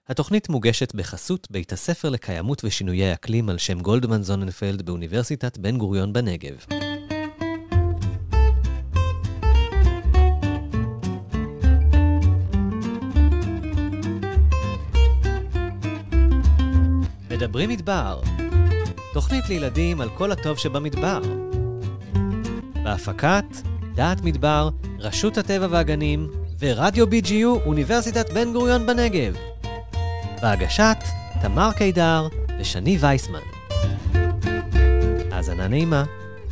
התוכנית מוגשת בחסות בית הספר לקיימות ושינויי אקלים על שם גולדמן זוננפלד באוניברסיטת בן גוריון בנגב. מדברים מדבר, תוכנית לילדים על כל הטוב שבמדבר. בהפקת דעת מדבר, רשות הטבע והגנים ורדיו BGU אוניברסיטת בן גוריון בנגב. בהגשת תמר קידר ושני וייסמן. האזנה נעימה.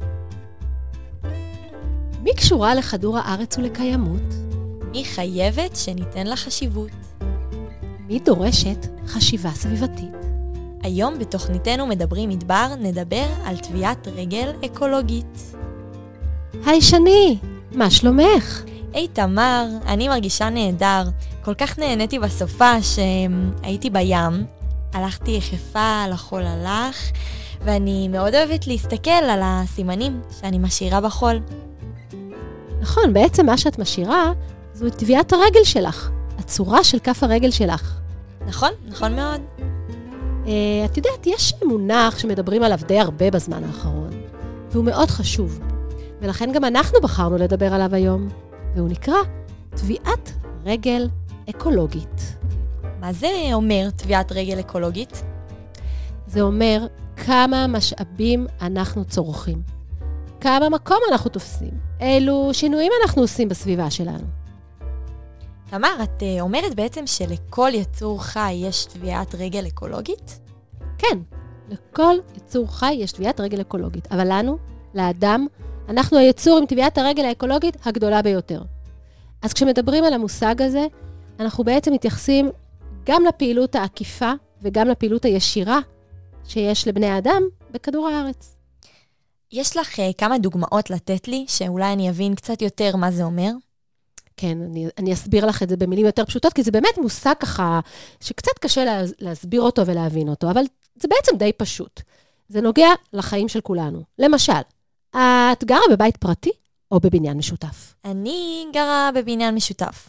מי קשורה לכדור הארץ ולקיימות? מי חייבת שניתן לה חשיבות? מי דורשת חשיבה סביבתית? היום בתוכניתנו מדברים מדבר נדבר על טביעת רגל אקולוגית. היי שני, מה שלומך? היי תמר, אני מרגישה נהדר. כל כך נהניתי בסופה שהייתי בים, הלכתי יחפה על החול הלך, ואני מאוד אוהבת להסתכל על הסימנים שאני משאירה בחול. נכון, בעצם מה שאת משאירה זו טביעת הרגל שלך, הצורה של כף הרגל שלך. נכון, נכון מאוד. את יודעת, יש מונח שמדברים עליו די הרבה בזמן האחרון, והוא מאוד חשוב, ולכן גם אנחנו בחרנו לדבר עליו היום, והוא נקרא טביעת רגל אקולוגית. מה זה אומר טביעת רגל אקולוגית? זה אומר כמה משאבים אנחנו צורכים, כמה מקום אנחנו תופסים, אילו שינויים אנחנו עושים בסביבה שלנו. תמר, את אומרת בעצם שלכל יצור חי יש טביעת רגל אקולוגית? כן, לכל יצור חי יש טביעת רגל אקולוגית, אבל לנו, לאדם, אנחנו היצור עם טביעת הרגל האקולוגית הגדולה ביותר. אז כשמדברים על המושג הזה, אנחנו בעצם מתייחסים גם לפעילות העקיפה וגם לפעילות הישירה שיש לבני האדם בכדור הארץ. יש לך כמה דוגמאות לתת לי, שאולי אני אבין קצת יותר מה זה אומר? כן, אני אסביר לך את זה במילים יותר פשוטות, כי זה באמת מושג ככה שקצת קשה להסביר אותו ולהבין אותו, אבל זה בעצם די פשוט. זה נוגע לחיים של כולנו. למשל, את גרה בבית פרטי או בבניין משותף? אני גרה בבניין משותף.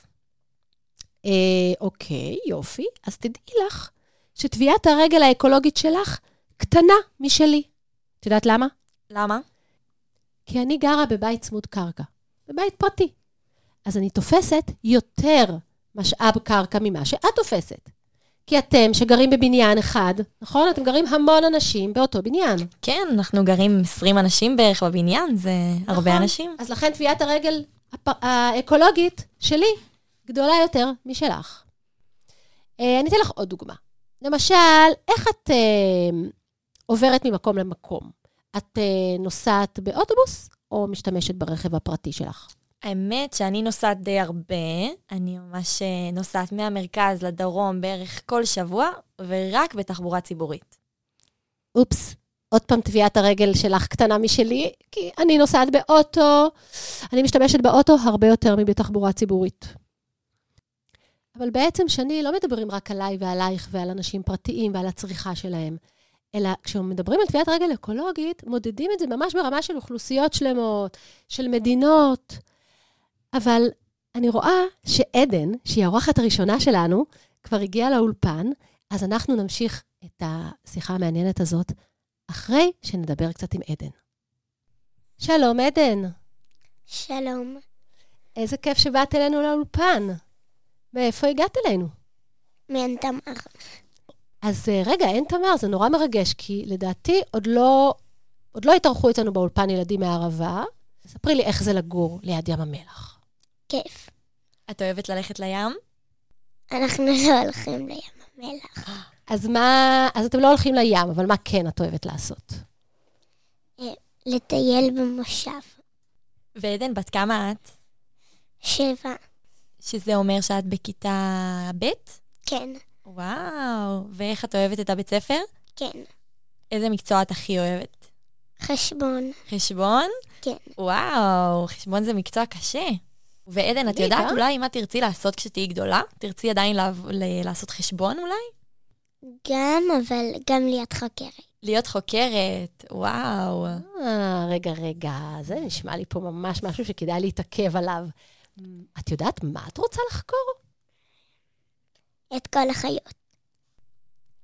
אוקיי, יופי. אז תדעי לך שטביעת הרגל האקולוגית שלך קטנה משלי. את יודעת למה? למה? כי אני גרה בבית צמוד קרקע, בבית פרטי. אז אני תופסת יותר משאב קרקע ממה שאת תופסת. כי אתם שגרים בבניין אחד, נכון? אתם גרים המון אנשים באותו בניין. כן, אנחנו גרים 20 אנשים בערך בבניין, זה נכון. הרבה אנשים. אז לכן טביעת הרגל האקולוגית שלי גדולה יותר משלך. אני אתן לך עוד דוגמה. למשל, איך את עוברת ממקום למקום? את נוסעת באוטובוס או משתמשת ברכב הפרטי שלך? האמת שאני נוסעת די הרבה, אני ממש נוסעת מהמרכז לדרום בערך כל שבוע, ורק בתחבורה ציבורית. אופס, עוד פעם טביעת הרגל שלך קטנה משלי, כי אני נוסעת באוטו, אני משתמשת באוטו הרבה יותר מבתחבורה ציבורית. אבל בעצם שני לא מדברים רק עליי ועלייך ועל אנשים פרטיים ועל הצריכה שלהם, אלא כשמדברים על טביעת רגל אקולוגית, מודדים את זה ממש ברמה של אוכלוסיות שלמות, של מדינות, אבל אני רואה שעדן, שהיא האורחת הראשונה שלנו, כבר הגיעה לאולפן, אז אנחנו נמשיך את השיחה המעניינת הזאת, אחרי שנדבר קצת עם עדן. שלום עדן. שלום. איזה כיף שבאת אלינו לאולפן. מאיפה הגעת אלינו? מעין תמר. אז רגע, אין תמר, זה נורא מרגש, כי לדעתי עוד לא התארחו אצלנו באולפן ילדים מהערבה. ספרי לי איך זה לגור ליד ים המלח. כיף. את אוהבת ללכת לים? אנחנו לא הולכים לים המלח. אז אתם לא הולכים לים, אבל מה כן את אוהבת לעשות? לטייל במושב. ועדן, בת כמה את? 7. שזה אומר שאת בכיתה ב'? כן. וואו, ואיך את אוהבת את הבית ספר? כן. איזה מקצוע את הכי אוהבת? חשבון. חשבון? כן. וואו, חשבון זה מקצוע קשה. ועדן, את יודעת אולי מה תרצי לעשות כשתהיי גדולה? תרצי עדיין לעשות חשבון אולי? גם, אבל גם להיות חוקרת. להיות חוקרת, וואו. רגע, זה נשמע לי פה ממש משהו שכדאי להתעכב עליו. את יודעת מה את רוצה לחקור? את כל החיות.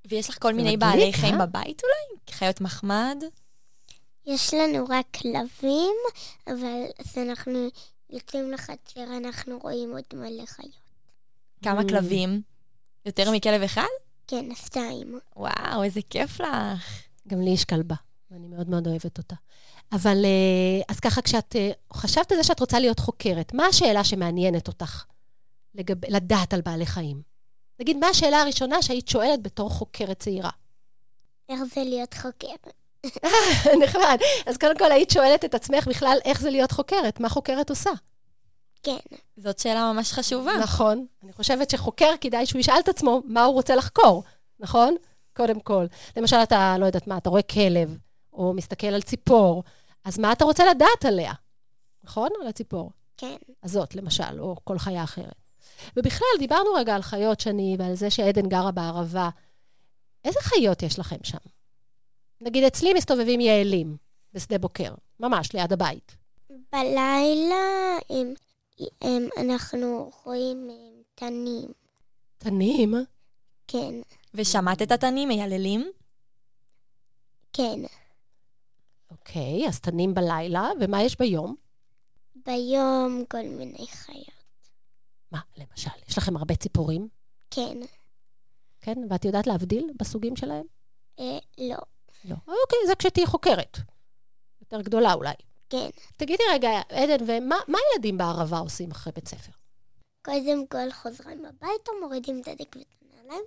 ויש לך כל מיני מדליק, בעלי חיים בבית אולי? חיות מחמד? יש לנו רק כלבים, אבל אז אנחנו יוצאים לחצר, אנחנו רואים עוד מלא חיות. כמה כלבים? יותר מכלב אחד? כן, 2. וואו, איזה כיף לך. גם לי יש כלבה, ואני מאוד מאוד אוהבת אותה. אבל, אז ככה, כשאת חשבת על זה שאת רוצה להיות חוקרת, מה השאלה שמעניינת אותך לדעת על בעלי חיים? נגיד, מה השאלה הראשונה שהיית שואלת בתור חוקרת צעירה? איך זה להיות חוקר? נחמד. אז קודם כל, היית שואלת את עצמך בכלל איך זה להיות חוקרת, מה חוקרת עושה? כן. זאת שאלה ממש חשובה. נכון. אני חושבת שחוקר כדאי שהוא ישאל את עצמו מה הוא רוצה לחקור, נכון? קודם כל. למשל, אתה לא יודעת מה, אתה רואה כלב, או מסתכל על ציפור, אז מה אתה רוצה לדעת עליה? נכון? על הציפור. כן. הזאת, למשל, או כל חיה אחרת. ובכלל, דיברנו רגע על חיות שני, ועל זה שעדן גרה בערבה. איזה חיות יש לכם שם? נגיד, אצלי מסתובבים יעלים, בשדה בוקר, ממש ליד הבית. בלילה אנחנו רואים תנים. תנים? כן. ושמעת את התנים מייללים? כן. אוקיי, אז תנים בלילה, ומה יש ביום? ביום כל מיני חיות. מה, למשל, יש לכם הרבה ציפורים? כן. כן? ואת יודעת להבדיל בסוגים שלהם? לא. לא. אוקיי, זה כשתהי חוקרת. יותר גדולה אולי. כן. תגידי רגע, עדן, ומה ילדים בערבה עושים אחרי בית ספר? קודם כל חוזרים הביתה, מורידים את הדק ואת הנעליים,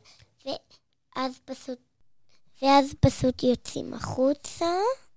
ואז פשוט יוצאים החוצה,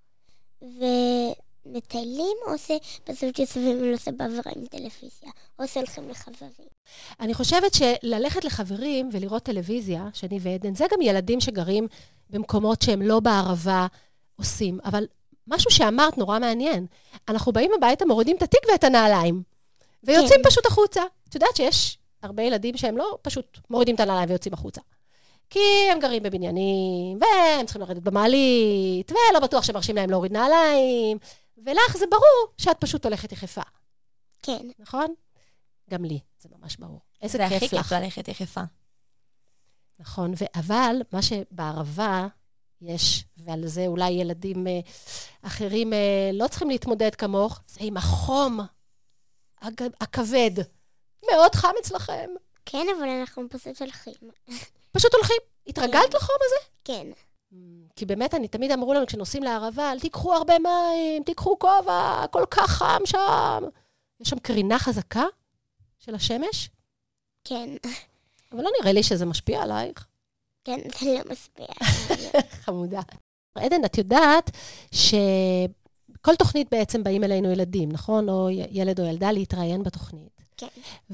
ומטיילים, או שפשוט יושבים על הסבבה ורואים טלוויזיה, או שהולכים לחברים. אני חושבת שללכת לחברים ולראות טלוויזיה, שני ועדן, זה גם ילדים שגרים במקומות שהם לא בערבה עושים, אבל משהו שאמרת נורא מעניין. אנחנו באים הביתה, מורידים את התיק ואת הנעליים, ויוצאים פשוט החוצה. את יודעת שיש הרבה ילדים שהם לא פשוט מורידים את הנעליים ויוצאים החוצה. כי הם גרים בבניינים, והם צריכים לרדת במעלית, ולא בטוח שמרשים להם להוריד נעליים, ולך זה ברור שאת פשוט הולכת יחפה. כן. נכון? גם לי, זה ממש ברור. איזה זה כיף הכי לך. כיף ללכת יחפה. נכון, אבל מה שבערבה יש, ועל זה אולי ילדים אחרים לא צריכים להתמודד כמוך, זה עם החום הכבד. מאוד חם אצלכם. כן, אבל אנחנו פשוט הולכים. פשוט הולכים. התרגלת לחום הזה? כן. כי באמת, תמיד אמרו לנו, כשנוסעים לערבה, אל תיקחו הרבה מים, תיקחו כובע, כל כך חם שם. יש שם קרינה חזקה של השמש? כן. אבל לא נראה לי שזה משפיע עלייך. כן, זה לא משפיע. חמודה. עדן, את יודעת שכל תוכנית בעצם באים אלינו ילדים, נכון? או ילד או ילדה להתראיין בתוכנית. כן.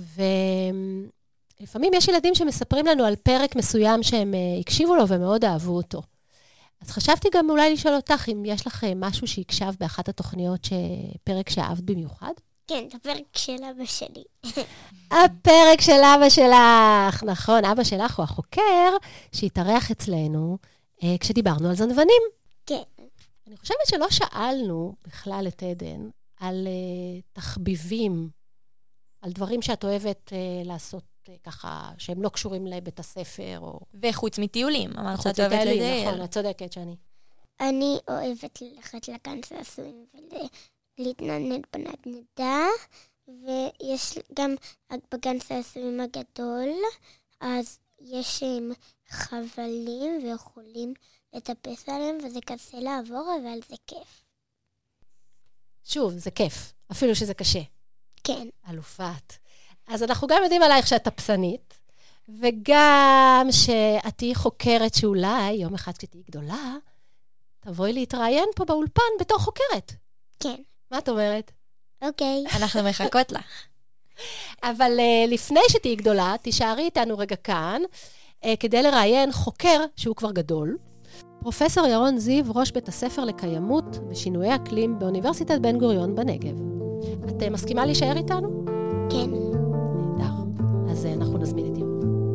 ולפעמים יש ילדים שמספרים לנו על פרק מסוים שהם הקשיבו לו ומאוד אהבו אותו. אז חשבתי גם אולי לשאול אותך אם יש לך משהו שהקשב באחת התוכניות פרק שאהבת במיוחד? כן, את הפרק של אבא שלי. הפרק של אבא שלך, נכון, אבא שלך הוא החוקר שהתארח אצלנו כשדיברנו על זנבנים. כן. אני חושבת שלא שאלנו בכלל את עדן על תחביבים, על דברים שאת אוהבת לעשות ככה, שהם לא קשורים לבית הספר או... וחוץ מטיולים, אמרת שאת אוהבת לטייל. נכון, את צודקת שאני. אני אוהבת ללכת לגן שעשועים ולהתנדנד בנדנדה, ויש גם בגן שעשועים הגדול, אז יש חבלים ויכולים לטפס עליהם, וזה קשה לעבור, אבל זה כיף. שוב, זה כיף, אפילו שזה קשה. כן. אלופת. אז אנחנו גם יודעים עלייך שאת טפסנית, וגם שאת תהיי חוקרת שאולי יום אחד כשתהיי גדולה, תבואי להתראיין פה באולפן בתור חוקרת. כן. מה את אומרת? אוקיי. אנחנו מחכות לך. אבל לפני שתהיי גדולה, תישארי איתנו רגע כאן, כדי לראיין חוקר שהוא כבר גדול. פרופסור ירון זיו, ראש בית הספר לקיימות ושינויי אקלים באוניברסיטת בן גוריון בנגב. את מסכימה להישאר איתנו? כן. נהדר. אז אנחנו נזמין את ירון.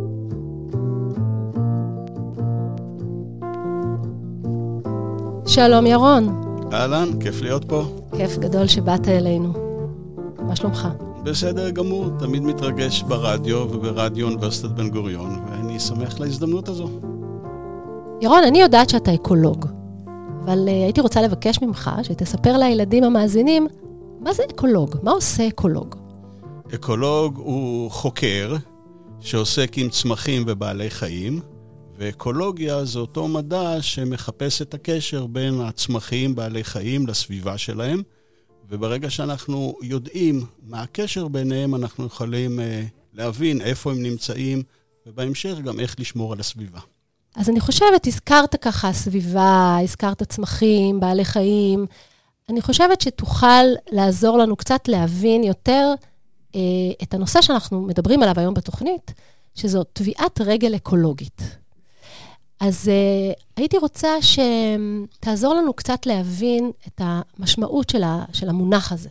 שלום ירון. אהלן, כיף להיות פה. כיף גדול שבאת אלינו. מה שלומך? בסדר גמור, תמיד מתרגש ברדיו וברדיו אוניברסיטת בן גוריון, ואני שמח להזדמנות הזו. ירון, אני יודעת שאתה אקולוג, אבל הייתי רוצה לבקש ממך שתספר לילדים המאזינים, מה זה אקולוג? מה עושה אקולוג? אקולוג הוא חוקר שעוסק עם צמחים ובעלי חיים, ואקולוגיה זה אותו מדע שמחפש את הקשר בין הצמחים, בעלי חיים, לסביבה שלהם, וברגע שאנחנו יודעים מה הקשר ביניהם, אנחנו יכולים להבין איפה הם נמצאים, ובהמשך גם איך לשמור על הסביבה. אז אני חושבת, הזכרת ככה סביבה, הזכרת צמחים, בעלי חיים, אני חושבת שתוכל לעזור לנו קצת להבין יותר את הנושא שאנחנו מדברים עליו היום בתוכנית, שזו טביעת רגל אקולוגית. אז הייתי רוצה שתעזור לנו קצת להבין את המשמעות של המונח הזה.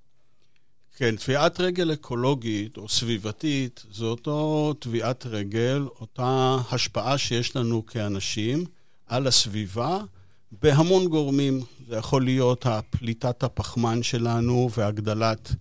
כן, טביעת רגל אקולוגית או סביבתית, זו אותו טביעת רגל, אותה השפעה שיש לנו כאנשים על הסביבה, בהמון גורמים. זה יכול להיות פליטת הפחמן שלנו והגדלת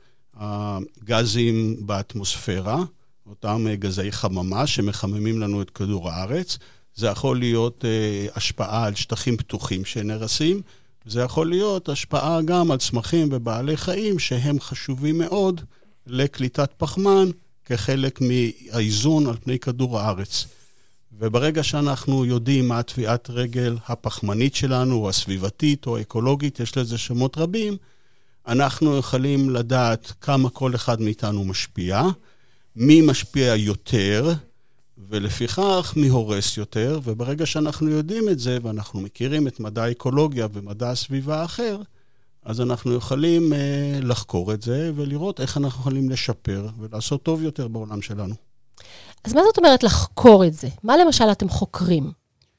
הגזים באטמוספירה, אותם גזי חממה שמחממים לנו את כדור הארץ. זה יכול להיות השפעה על שטחים פתוחים שנרסים, זה יכול להיות השפעה גם על צמחים ובעלי חיים שהם חשובים מאוד לקליטת פחמן כחלק מהאיזון על פני כדור הארץ. וברגע שאנחנו יודעים מה טביעת רגל הפחמנית שלנו, או הסביבתית או האקולוגית, יש לזה שמות רבים, אנחנו יכולים לדעת כמה כל אחד מאיתנו משפיע, מי משפיע יותר, ולפיכך מי הורס יותר, וברגע שאנחנו יודעים את זה, ואנחנו מכירים את מדע האקולוגיה ומדע הסביבה האחר, אז אנחנו יכולים לחקור את זה, ולראות איך אנחנו יכולים לשפר, ולעשות טוב יותר בעולם שלנו. אז מה זאת אומרת לחקור את זה? מה למשל אתם חוקרים?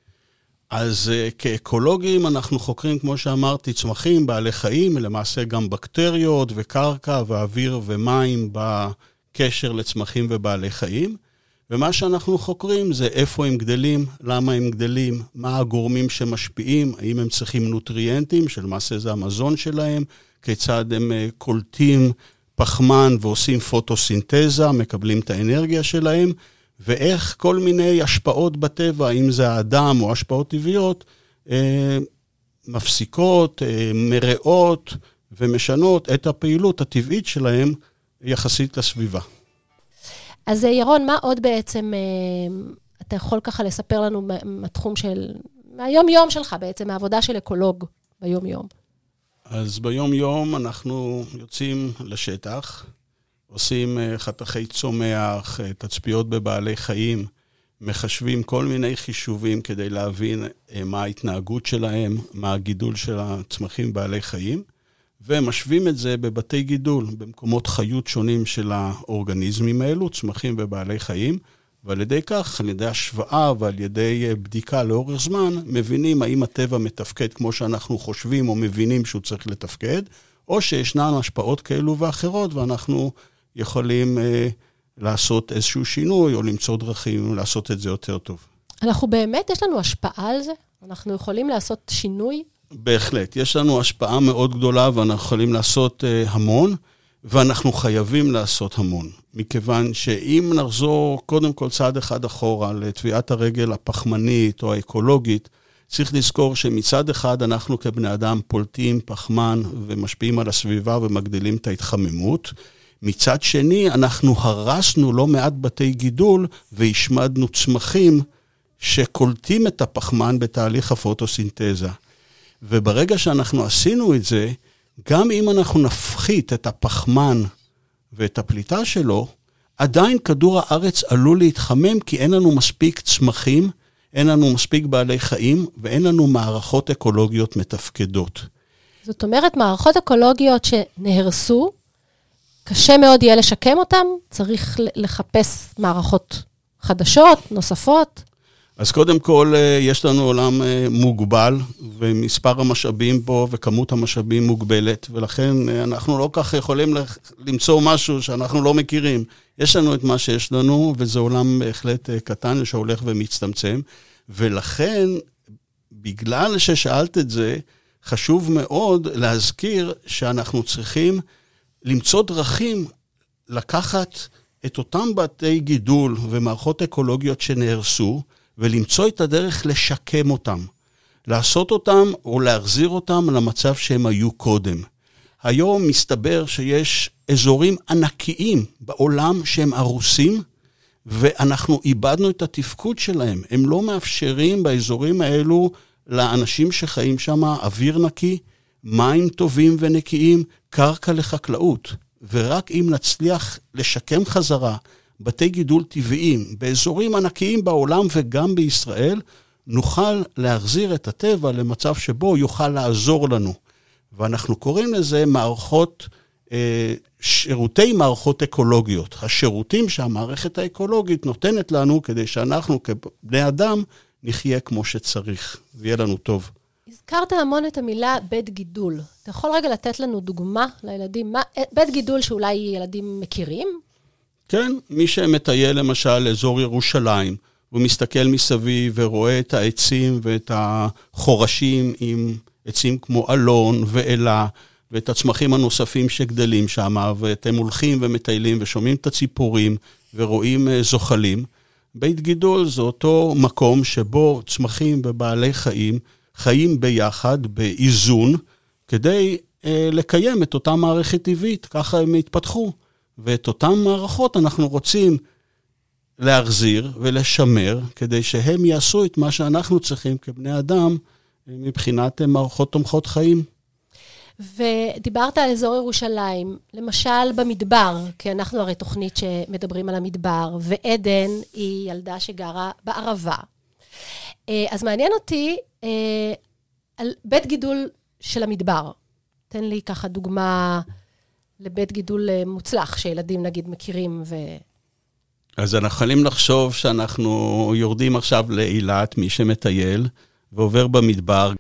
אז כאקולוגים אנחנו חוקרים, כמו שאמרתי, צמחים, בעלי חיים, למעשה גם בקטריות וקרקע ואוויר ומים בקשר לצמחים ובעלי חיים. ומה שאנחנו חוקרים זה איפה הם גדלים, למה הם גדלים, מה הגורמים שמשפיעים, האם הם צריכים נוטריאנטים, שלמעשה זה המזון שלהם, כיצד הם קולטים פחמן ועושים פוטוסינתזה, מקבלים את האנרגיה שלהם, ואיך כל מיני השפעות בטבע, אם זה האדם או השפעות טבעיות, מפסיקות, מראות ומשנות את הפעילות הטבעית שלהם יחסית לסביבה. אז ירון, מה עוד בעצם אתה יכול ככה לספר לנו מהתחום מהיום-יום שלך בעצם, מהעבודה של אקולוג ביום-יום? אז ביום-יום אנחנו יוצאים לשטח, עושים חתכי צומח, תצפיות בבעלי חיים, מחשבים כל מיני חישובים כדי להבין מה ההתנהגות שלהם, מה הגידול של הצמחים בעלי חיים, ומשווים את זה בבתי גידול, במקומות חיות שונים של האורגניזמים האלו, צמחים ובעלי חיים, ועל ידי כך, על ידי השוואה ועל ידי בדיקה לאורך זמן, מבינים האם הטבע מתפקד כמו שאנחנו חושבים או מבינים שהוא צריך לתפקד, או שישנן השפעות כאלו ואחרות, ואנחנו יכולים לעשות איזשהו שינוי או למצוא דרכים לעשות את זה יותר טוב. אנחנו באמת, יש לנו השפעה על זה? אנחנו יכולים לעשות שינוי? בהחלט, יש לנו השפעה מאוד גדולה ואנחנו יכולים לעשות המון, ואנחנו חייבים לעשות המון. מכיוון שאם נחזור קודם כל צעד אחד אחורה לטביעת הרגל הפחמנית או האקולוגית, צריך לזכור שמצד אחד אנחנו כבני אדם פולטים פחמן ומשפיעים על הסביבה ומגדילים את ההתחממות. מצד שני אנחנו הרסנו לא מעט בתי גידול והשמדנו צמחים שקולטים את הפחמן בתהליך הפוטוסינתזה. וברגע שאנחנו עשינו את זה, גם אם אנחנו נפחית את הפחמן ואת הפליטה שלו, עדיין כדור הארץ עלול להתחמם, כי אין לנו מספיק צמחים, אין לנו מספיק בעלי חיים, ואין לנו מערכות אקולוגיות מתפקדות. זאת אומרת, מערכות אקולוגיות שנהרסו, קשה מאוד יהיה לשקם אותם, צריך לחפש מערכות חדשות, נוספות. אז קודם כל, יש לנו עולם מוגבל, ומספר המשאבים בו וכמות המשאבים מוגבלת, ולכן אנחנו לא כך יכולים למצוא משהו שאנחנו לא מכירים. יש לנו את מה שיש לנו, וזה עולם בהחלט קטן שהולך ומצטמצם, ולכן, בגלל ששאלת את זה, חשוב מאוד להזכיר שאנחנו צריכים למצוא דרכים לקחת את אותם בתי גידול ומערכות אקולוגיות שנהרסו, ולמצוא את הדרך לשקם אותם, לעשות אותם או להחזיר אותם למצב שהם היו קודם. היום מסתבר שיש אזורים ענקיים בעולם שהם הרוסים, ואנחנו איבדנו את התפקוד שלהם. הם לא מאפשרים באזורים האלו לאנשים שחיים שם אוויר נקי, מים טובים ונקיים, קרקע לחקלאות. ורק אם נצליח לשקם חזרה בתי גידול טבעיים באזורים ענקיים בעולם וגם בישראל, נוכל להחזיר את הטבע למצב שבו יוכל לעזור לנו. ואנחנו קוראים לזה שירותי מערכות אקולוגיות. השירותים שהמערכת האקולוגית נותנת לנו כדי שאנחנו כבני אדם נחיה כמו שצריך, ויהיה לנו טוב. הזכרת המון את המילה בית גידול. אתה יכול רגע לתת לנו דוגמה לילדים? בית גידול שאולי ילדים מכירים? כן, מי שמטייל למשל לאזור ירושלים, הוא מסתכל מסביב ורואה את העצים ואת החורשים עם עצים כמו אלון ואלה, ואת הצמחים הנוספים שגדלים שם, ואתם הולכים ומטיילים ושומעים את הציפורים ורואים זוחלים. בית גידול זה אותו מקום שבו צמחים ובעלי חיים חיים ביחד, באיזון, כדי לקיים את אותה מערכת טבעית, ככה הם התפתחו. ואת אותן מערכות אנחנו רוצים להחזיר ולשמר, כדי שהם יעשו את מה שאנחנו צריכים כבני אדם, מבחינת מערכות תומכות חיים. ודיברת על אזור ירושלים, למשל במדבר, כי אנחנו הרי תוכנית שמדברים על המדבר, ועדן היא ילדה שגרה בערבה. אז מעניין אותי על בית גידול של המדבר. תן לי ככה דוגמה לבית גידול מוצלח, שילדים נגיד מכירים אז אנחנו יכולים לחשוב שאנחנו יורדים עכשיו לאילת, מי שמטייל, ועובר במדבר,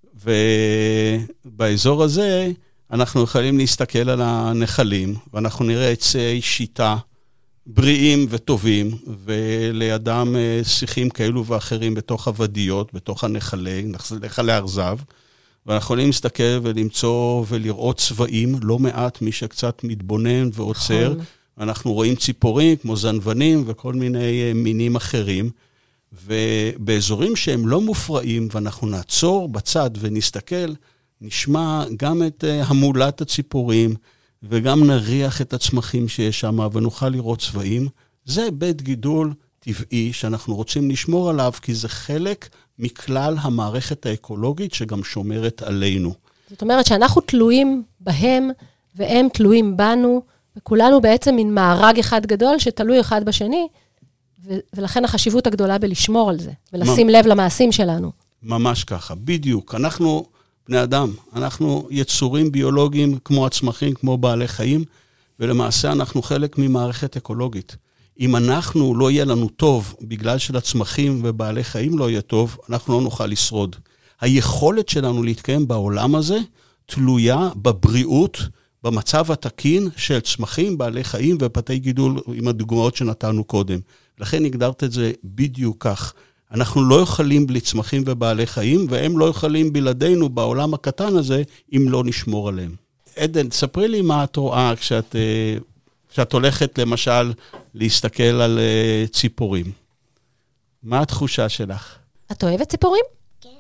ובאזור הזה אנחנו יכולים להסתכל על הנחלים, ואנחנו נראה עצי שיטה בריאים וטובים, ולידם שיחים כאלו ואחרים בתוך הוודיות, בתוך נחלי ארזב, ואנחנו יכולים להסתכל ולמצוא ולראות צבעים, לא מעט מי שקצת מתבונן ועוצר, אנחנו רואים ציפורים כמו זנבנים וכל מיני מינים אחרים, ובאזורים שהם לא מופרעים, ואנחנו נעצור בצד ונסתכל, נשמע גם את המולת הציפורים, וגם נריח את הצמחים שיש שם, ונוכל לראות צבעים. זה בית גידול טבעי שאנחנו רוצים לשמור עליו, כי זה חלק מכלל המערכת האקולוגית שגם שומרת עלינו. זאת אומרת שאנחנו תלויים בהם, והם תלויים בנו, וכולנו בעצם מין מארג אחד גדול שתלוי אחד בשני, ולכן החשיבות הגדולה בלשמור על זה, ולשים לב למעשים שלנו. ממש ככה, בדיוק. אנחנו בני אדם, אנחנו יצורים ביולוגיים כמו הצמחים, כמו בעלי חיים, ולמעשה אנחנו חלק ממערכת אקולוגית. אם אנחנו לא יהיה לנו טוב, בגלל שלצמחים ובעלי חיים לא יהיה טוב, אנחנו לא נוכל לשרוד. היכולת שלנו להתקיים בעולם הזה, תלויה בבריאות, במצב התקין של צמחים, בעלי חיים ובתי גידול עם הדוגמאות שנתנו קודם. לכן הגדרת את זה בדיוק כך. אנחנו לא יכולים בלי צמחים ובעלי חיים, והם לא יכולים בלעדינו בעולם הקטן הזה, אם לא נשמור עליהם. עדן, ספרי לי מה את רואה כשאת הולכת למשל להסתכל על ציפורים. מה התחושה שלך? את אוהבת ציפורים? כן.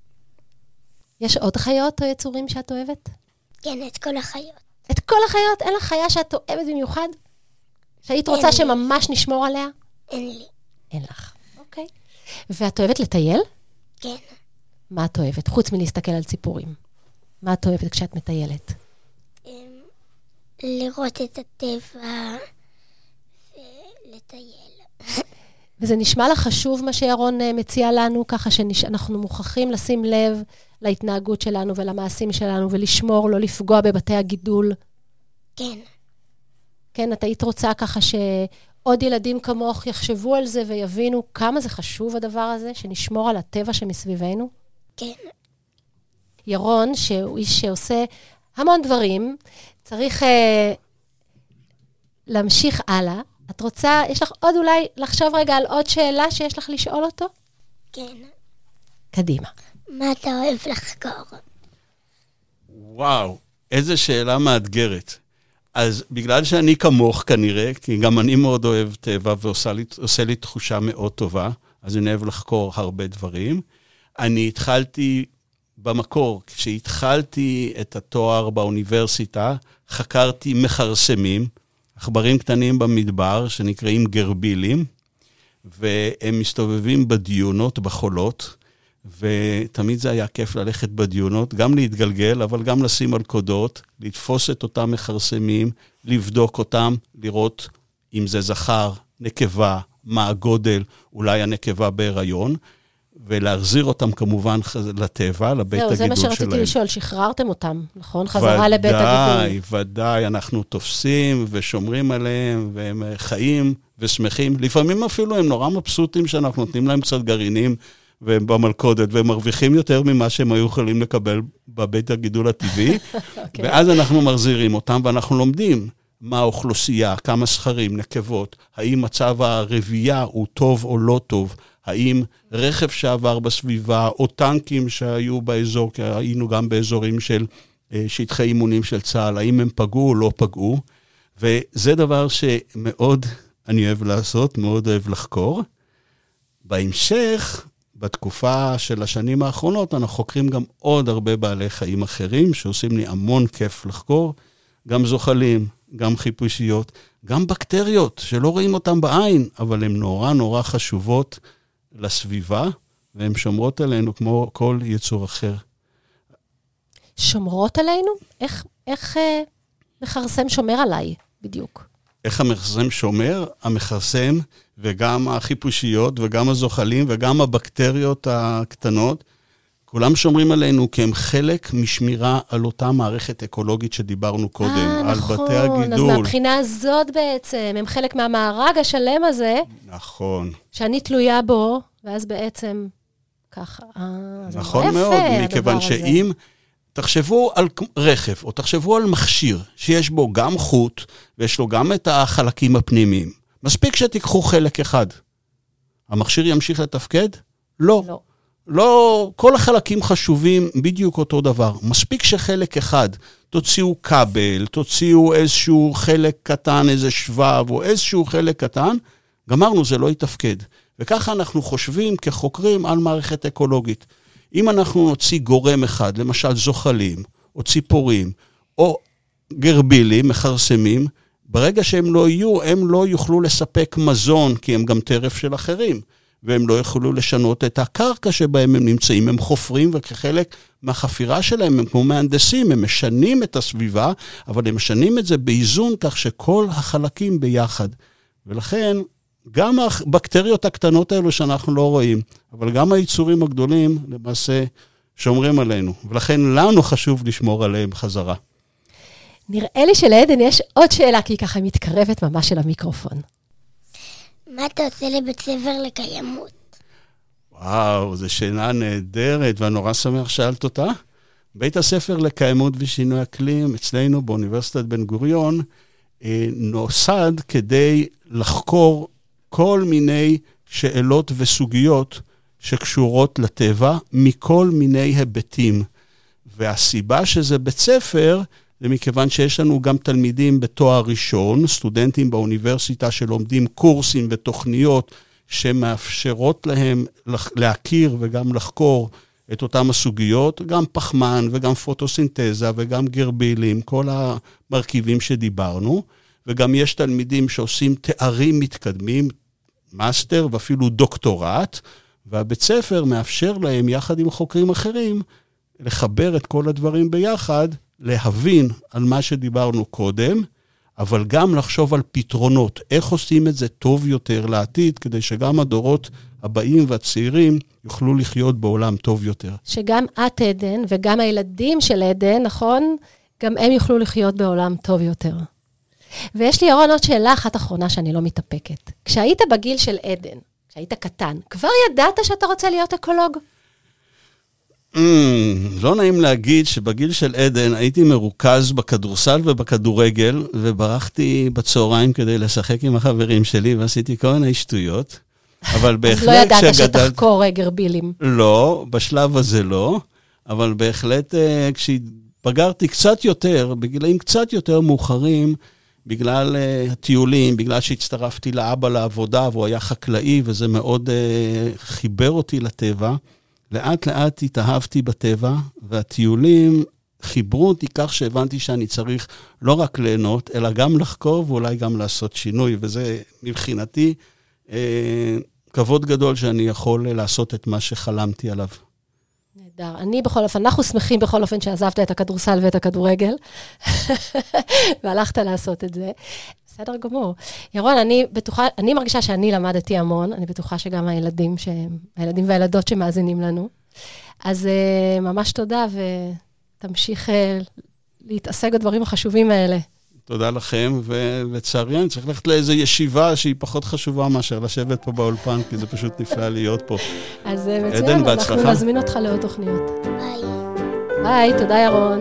יש עוד חיות או יצורים שאת אוהבת? כן, את כל החיות. את כל החיות? אין לך חיה שאת אוהבת במיוחד? שהיית רוצה שממש נשמור עליה? אין לי. אין לך, אוקיי. ואת אוהבת לטייל? כן. מה את אוהבת? חוץ מלהסתכל על ציפורים. מה את אוהבת כשאת מטיילת? לראות את הטבע ולטייל. וזה נשמע לך חשוב מה שירון מציע לנו, ככה שאנחנו מוכרחים לשים לב להתנהגות שלנו ולמעשים שלנו, ולשמור, לא לפגוע בבתי הגידול. כן. כן, את היית רוצה ככה שעוד ילדים כמוך יחשבו על זה ויבינו כמה זה חשוב הדבר הזה, שנשמור על הטבע שמסביבנו? כן. ירון, שהוא איש שעושה המון דברים, צריך להמשיך הלאה. את רוצה, יש לך עוד אולי לחשוב רגע על עוד שאלה שיש לך לשאול אותו? כן. קדימה. מה אתה אוהב לחקור? וואו, איזו שאלה מאתגרת. אז בגלל שאני כמוך כנראה, כי גם אני מאוד אוהב טבע ועושה לי תחושה מאוד טובה, אז אני אוהב לחקור הרבה דברים. אני התחלתי במקור, כשהתחלתי את התואר באוניברסיטה, חקרתי מחרסמים, עכברים קטנים במדבר, שנקראים גרבילים, והם מסתובבים בדיונות, בחולות, ותמיד זה היה כיף ללכת בדיונות, גם להתגלגל, אבל גם לשים על קודות, לתפוס את אותם מחרסמים, לבדוק אותם, לראות אם זה זכר, נקבה, מה הגודל, אולי הנקבה בהיריון, ולהחזיר אותם כמובן לטבע, לבית הגידול שלהם. זה מה שרציתי לשאול, שחררתם אותם, נכון? חזרה לבית הגידול. ודאי, אנחנו תופסים ושומרים עליהם, והם חיים ושמחים. לפעמים אפילו הם נורא מבסוטים שאנחנו נותנים להם קצת גרעינים, והם במלכודת, והם מרוויחים יותר ממה שהם היו יכולים לקבל בבית הגידול הטבעי, ואז אנחנו מחזירים אותם, ואנחנו לומדים מה האוכלוסייה, כמה זכרים, נקבות, האם מצב הרבייה הוא טוב או לא טוב, האם רכב שעבר בסביבה, או טנקים שהיו באזור, כי היינו גם באזורים של שטחי אימונים של צה"ל, האם הם פגעו או לא פגעו, וזה דבר שמאוד אני אוהב לעשות, מאוד אוהב לחקור. בהמשך, בתקופה של השנים האחרונות, אנחנו חוקרים גם עוד הרבה בעלי חיים אחרים, שעושים לי המון כיף לחקור, גם זוחלים, גם חיפושיות, גם בקטריות, שלא רואים אותם בעין, אבל הן נורא נורא חשובות לסביבה, והן שומרות עלינו כמו כל יצור אחר. שומרות עלינו? איך מחרסם שומר עליי בדיוק? איך המחרסם שומר? המחרסם וגם החיפושיות וגם הזוחלים וגם הבקטריות הקטנות, כולם שומרים עלינו כי הם חלק משמירה על אותה מערכת אקולוגית שדיברנו קודם, על נכון, בתי הגידול. אז מהבחינה הזאת בעצם, הם חלק מהמארג השלם הזה. נכון. שאני תלויה בו, ואז בעצם ככה. נכון מאוד, מכיוון שאם תחשבו על רכב, או תחשבו על מכשיר, שיש בו גם חוט, ויש לו גם את החלקים הפנימיים. מספיק שתיקחו חלק אחד. המכשיר ימשיך לתפקד? לא. לא, כל החלקים חשובים בדיוק אותו דבר. מספיק שחלק אחד, תוציאו כבל, תוציאו איזשהו חלק קטן, איזה שבב, או איזשהו חלק קטן, גמרנו, זה לא יתפקד. וככה אנחנו חושבים כחוקרים על מערכת אקולוגית. אם אנחנו נוציא גורם אחד, למשל זוחלים, או ציפורים, או גרבילים, מחרסמים, ברגע שהם לא יהיו, הם לא יוכלו לספק מזון, כי הם גם טרף של אחרים, והם לא יוכלו לשנות את הקרקע שבהם הם נמצאים, הם חופרים, וכחלק מהחפירה שלהם, הם כמו מהנדסים, הם משנים את הסביבה, אבל הם משנים את זה באיזון, כך שכל החלקים ביחד. ולכן, גם הבקטריות הקטנות האלו שאנחנו לא רואים, אבל גם היצורים הגדולים, למעשה, שומרים עלינו. ולכן לנו חשוב לשמור עליהם חזרה. נראה לי שלעדן יש עוד שאלה, כי היא ככה מתקרבת ממש אל המיקרופון. מה אתה עושה לבית ספר לקיימות? וואו, זו שאלה נהדרת, ואני נורא שמח שאלת אותה. בית הספר לקיימות ושינוי אקלים, אצלנו באוניברסיטת בן גוריון, נוסד כדי לחקור כל מיני שאלות וסוגיות שקשורות לטבע, מכל מיני היבטים. והסיבה שזה בית ספר, זה מכיוון שיש לנו גם תלמידים בתואר ראשון, סטודנטים באוניברסיטה שלומדים קורסים ותוכניות שמאפשרות להם להכיר וגם לחקור את אותם הסוגיות, גם פחמן וגם פוטוסינתזה וגם גרבילים, כל המרכיבים שדיברנו, וגם יש תלמידים שעושים תארים מתקדמים, מאסטר ואפילו דוקטורט, והבית ספר מאפשר להם יחד עם חוקרים אחרים לחבר את כל הדברים ביחד, להבין על מה שדיברנו קודם, אבל גם לחשוב על פתרונות, איך עושים את זה טוב יותר לעתיד, כדי שגם הדורות הבאים והצעירים יוכלו לחיות בעולם טוב יותר. שגם את עדן וגם הילדים של עדן, נכון? גם הם יוכלו לחיות בעולם טוב יותר. ויש לי ירון עוד שאלה אחת אחרונה שאני לא מתאפקת. כשהיית בגיל של עדן, כשהיית קטן, כבר ידעת שאתה רוצה להיות אקולוג? לא נעים להגיד שבגיל של עדן הייתי מרוכז בכדורסל ובכדורגל, וברחתי בצהריים כדי לשחק עם החברים שלי, ועשיתי כל מיני שטויות. אבל בהחלט אז לא ידעת שתחקור גרבילים. לא, בשלב הזה לא, אבל בהחלט כשבגרתי קצת יותר, בגילאים קצת יותר מאוחרים, בגלל הטיולים, בגלל שהצטרפתי לאבא לעבודה, והוא היה חקלאי, וזה מאוד חיבר אותי לטבע. לאט לאט התאהבתי בטבע, והטיולים חיברו אותי כך שהבנתי שאני צריך לא רק ליהנות, אלא גם לחקור, ואולי גם לעשות שינוי, וזה מבחינתי כבוד גדול שאני יכול לעשות את מה שחלמתי עליו. נהדר. אנחנו שמחים בכל אופן שעזבת את הכדורסל ואת הכדורגל, והלכת לעשות את זה. בסדר גמור. ירון, אני מרגישה שאני למדתי המון, אני בטוחה שגם הילדים והילדות שמאזינים לנו. אז ממש תודה, ותמשיך להתעסק בדברים החשובים האלה. תודה לכם, ולצערי אני צריך ללכת לאיזו ישיבה שהיא פחות חשובה מאשר לשבת פה באולפן, כי זה פשוט נפלא להיות פה. אז מצוין, אנחנו נזמין אותך לעוד תוכניות. ביי. ביי, תודה ירון.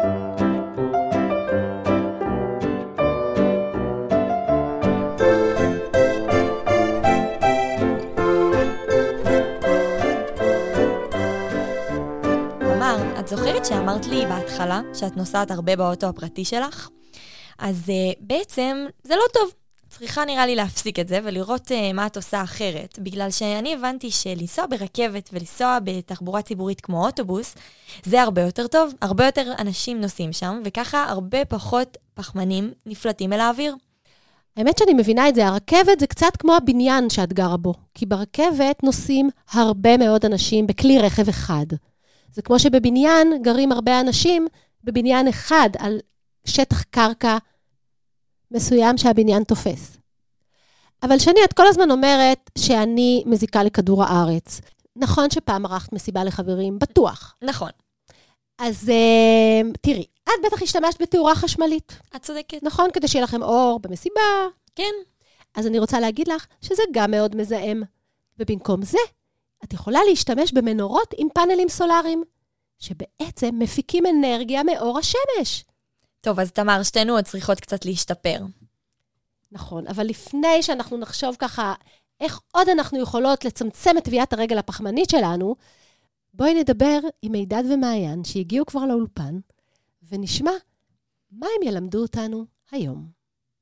את זוכרת שאמרת לי בהתחלה שאת נוסעת הרבה באוטו הפרטי שלך? אז בעצם זה לא טוב. צריכה נראה לי להפסיק את זה ולראות מה את עושה אחרת, בגלל שאני הבנתי שלנסוע ברכבת ולנסוע בתחבורה ציבורית כמו אוטובוס, זה הרבה יותר טוב, הרבה יותר אנשים נוסעים שם, וככה הרבה פחות פחמנים נפלטים אל האוויר. האמת שאני מבינה את זה, הרכבת זה קצת כמו הבניין שאת גרה בו, כי ברכבת נוסעים הרבה מאוד אנשים בכלי רכב אחד. זה כמו שבבניין גרים הרבה אנשים בבניין אחד על שטח קרקע מסוים שהבניין תופס. אבל שני, את כל הזמן אומרת שאני מזיקה לכדור הארץ. נכון שפעם ערכת מסיבה לחברים, בטוח. נכון. אז תראי, את בטח השתמשת בתאורה חשמלית. את צודקת. נכון, כדי שיהיה לכם אור במסיבה. כן. אז אני רוצה להגיד לך שזה גם מאוד מזהם. ובמקום זה, את יכולה להשתמש במנורות עם פאנלים סולאריים, שבעצם מפיקים אנרגיה מאור השמש. טוב, אז תמר, שתינו עוד צריכות קצת להשתפר. נכון, אבל לפני שאנחנו נחשוב ככה, איך עוד אנחנו יכולות לצמצם את טביעת הרגל הפחמנית שלנו, בואי נדבר עם מידד ומעיין, שהגיעו כבר לאולפן, ונשמע מה הם ילמדו אותנו היום.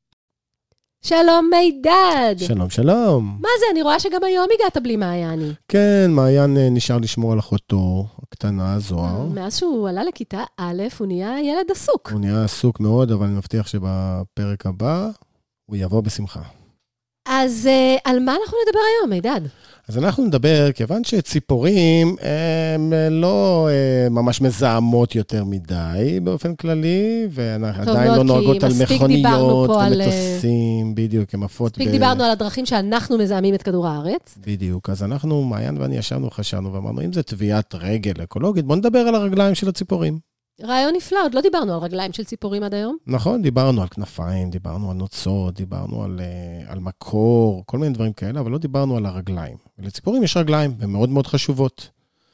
שלום מידד. שלום, שלום. מה זה? אני רואה שגם היום הגעת בלי מעייני. כן, מעיין נשאר לשמור על אחותו הקטנה, זוהר. מאז שהוא עלה לכיתה א', הוא נהיה ילד עסוק. הוא נהיה עסוק מאוד, אבל אני מבטיח שבפרק הבא הוא יבוא בשמחה. אז על מה אנחנו נדבר היום, מידד? אז אנחנו נדבר, כיוון שציפורים הן לא ממש מזהמות יותר מדי באופן כללי, ועדיין לא נוהגות על מכוניות ומטוסים, בדיוק, הן עפות. מספיק דיברנו על הדרכים שאנחנו מזהמים את כדור הארץ. בדיוק, אז אנחנו, מעיין ואני ישבנו, חשבנו ואמרנו, אם זה טביעת רגל אקולוגית, בוא נדבר על הרגליים של הציפורים. רעיון נפלא, עוד לא דיברנו על רגליים של ציפורים עד היום. נכון, דיברנו על כנפיים, דיברנו על נוצות, דיברנו על מקור, כל מיני דברים כאלה, אבל לא דיברנו על הרגליים. ולציפורים יש רגליים, והן מאוד מאוד חשובות.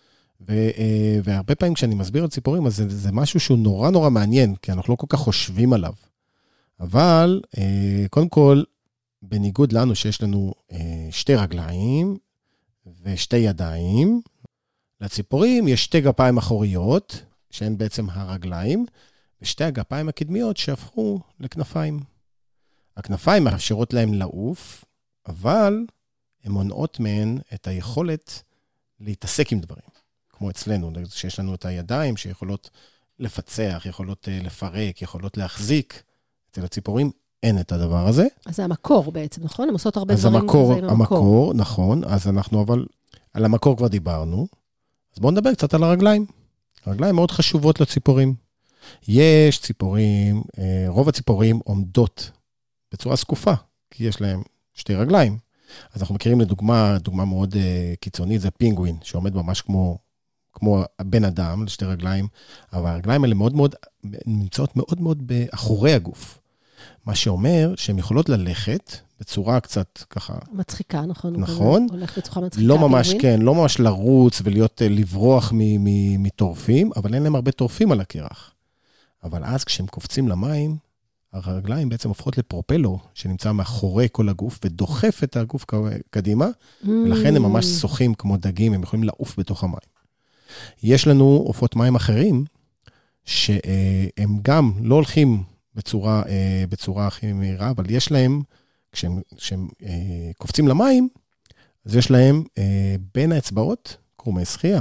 והרבה פעמים כשאני מסביר על ציפורים, אז זה משהו שהוא נורא נורא מעניין, כי אנחנו לא כל כך חושבים עליו. אבל, קודם כל, בניגוד לנו שיש לנו שתי רגליים ושתי ידיים, לציפורים יש שתי גפיים אחוריות, שהן בעצם הרגליים, ושתי הגפיים הקדמיות שהפכו לכנפיים. הכנפיים מאפשרות להם לעוף, אבל הן מונעות מהן את היכולת להתעסק עם דברים. כמו אצלנו, שיש לנו את הידיים שיכולות לפצח, יכולות לפרק, יכולות להחזיק. אצל הציפורים אין את הדבר הזה. אז זה המקור בעצם, נכון? הן עושות הרבה דברים. אז המקור, נכון. אז אנחנו אבל, על המקור כבר דיברנו. אז בואו נדבר קצת על הרגליים. הרגליים מאוד חשובות לציפורים. יש ציפורים, רוב הציפורים עומדות בצורה סקופה, כי יש להם שתי רגליים. אז אנחנו מכירים לדוגמה, דוגמה מאוד קיצונית, זה פינגווין, שעומד ממש כמו בן אדם, לשתי רגליים, אבל הרגליים האלה מאוד מאוד, נמצאות מאוד מאוד באחורי הגוף. מה שאומר שהן יכולות ללכת בצורה קצת ככה... מצחיקה, נכון? נכון. הולך בצורה מצחיקה. לא ממש, כן, לא ממש לרוץ לברוח מטורפים, אבל אין להם הרבה טורפים על הקרח. אבל אז כשהם קופצים למים, הרגליים בעצם הופכות לפרופלור, שנמצא מאחורי כל הגוף, ודוחף את הגוף קדימה, ולכן הם ממש שוחים כמו דגים, הם יכולים לעוף בתוך המים. יש לנו עופות מים אחרים, שהם גם לא הולכים בצורה הכי מהירה, אבל יש להם, כשהם קופצים למים, אז יש להם בין האצבעות קרומי שחייה.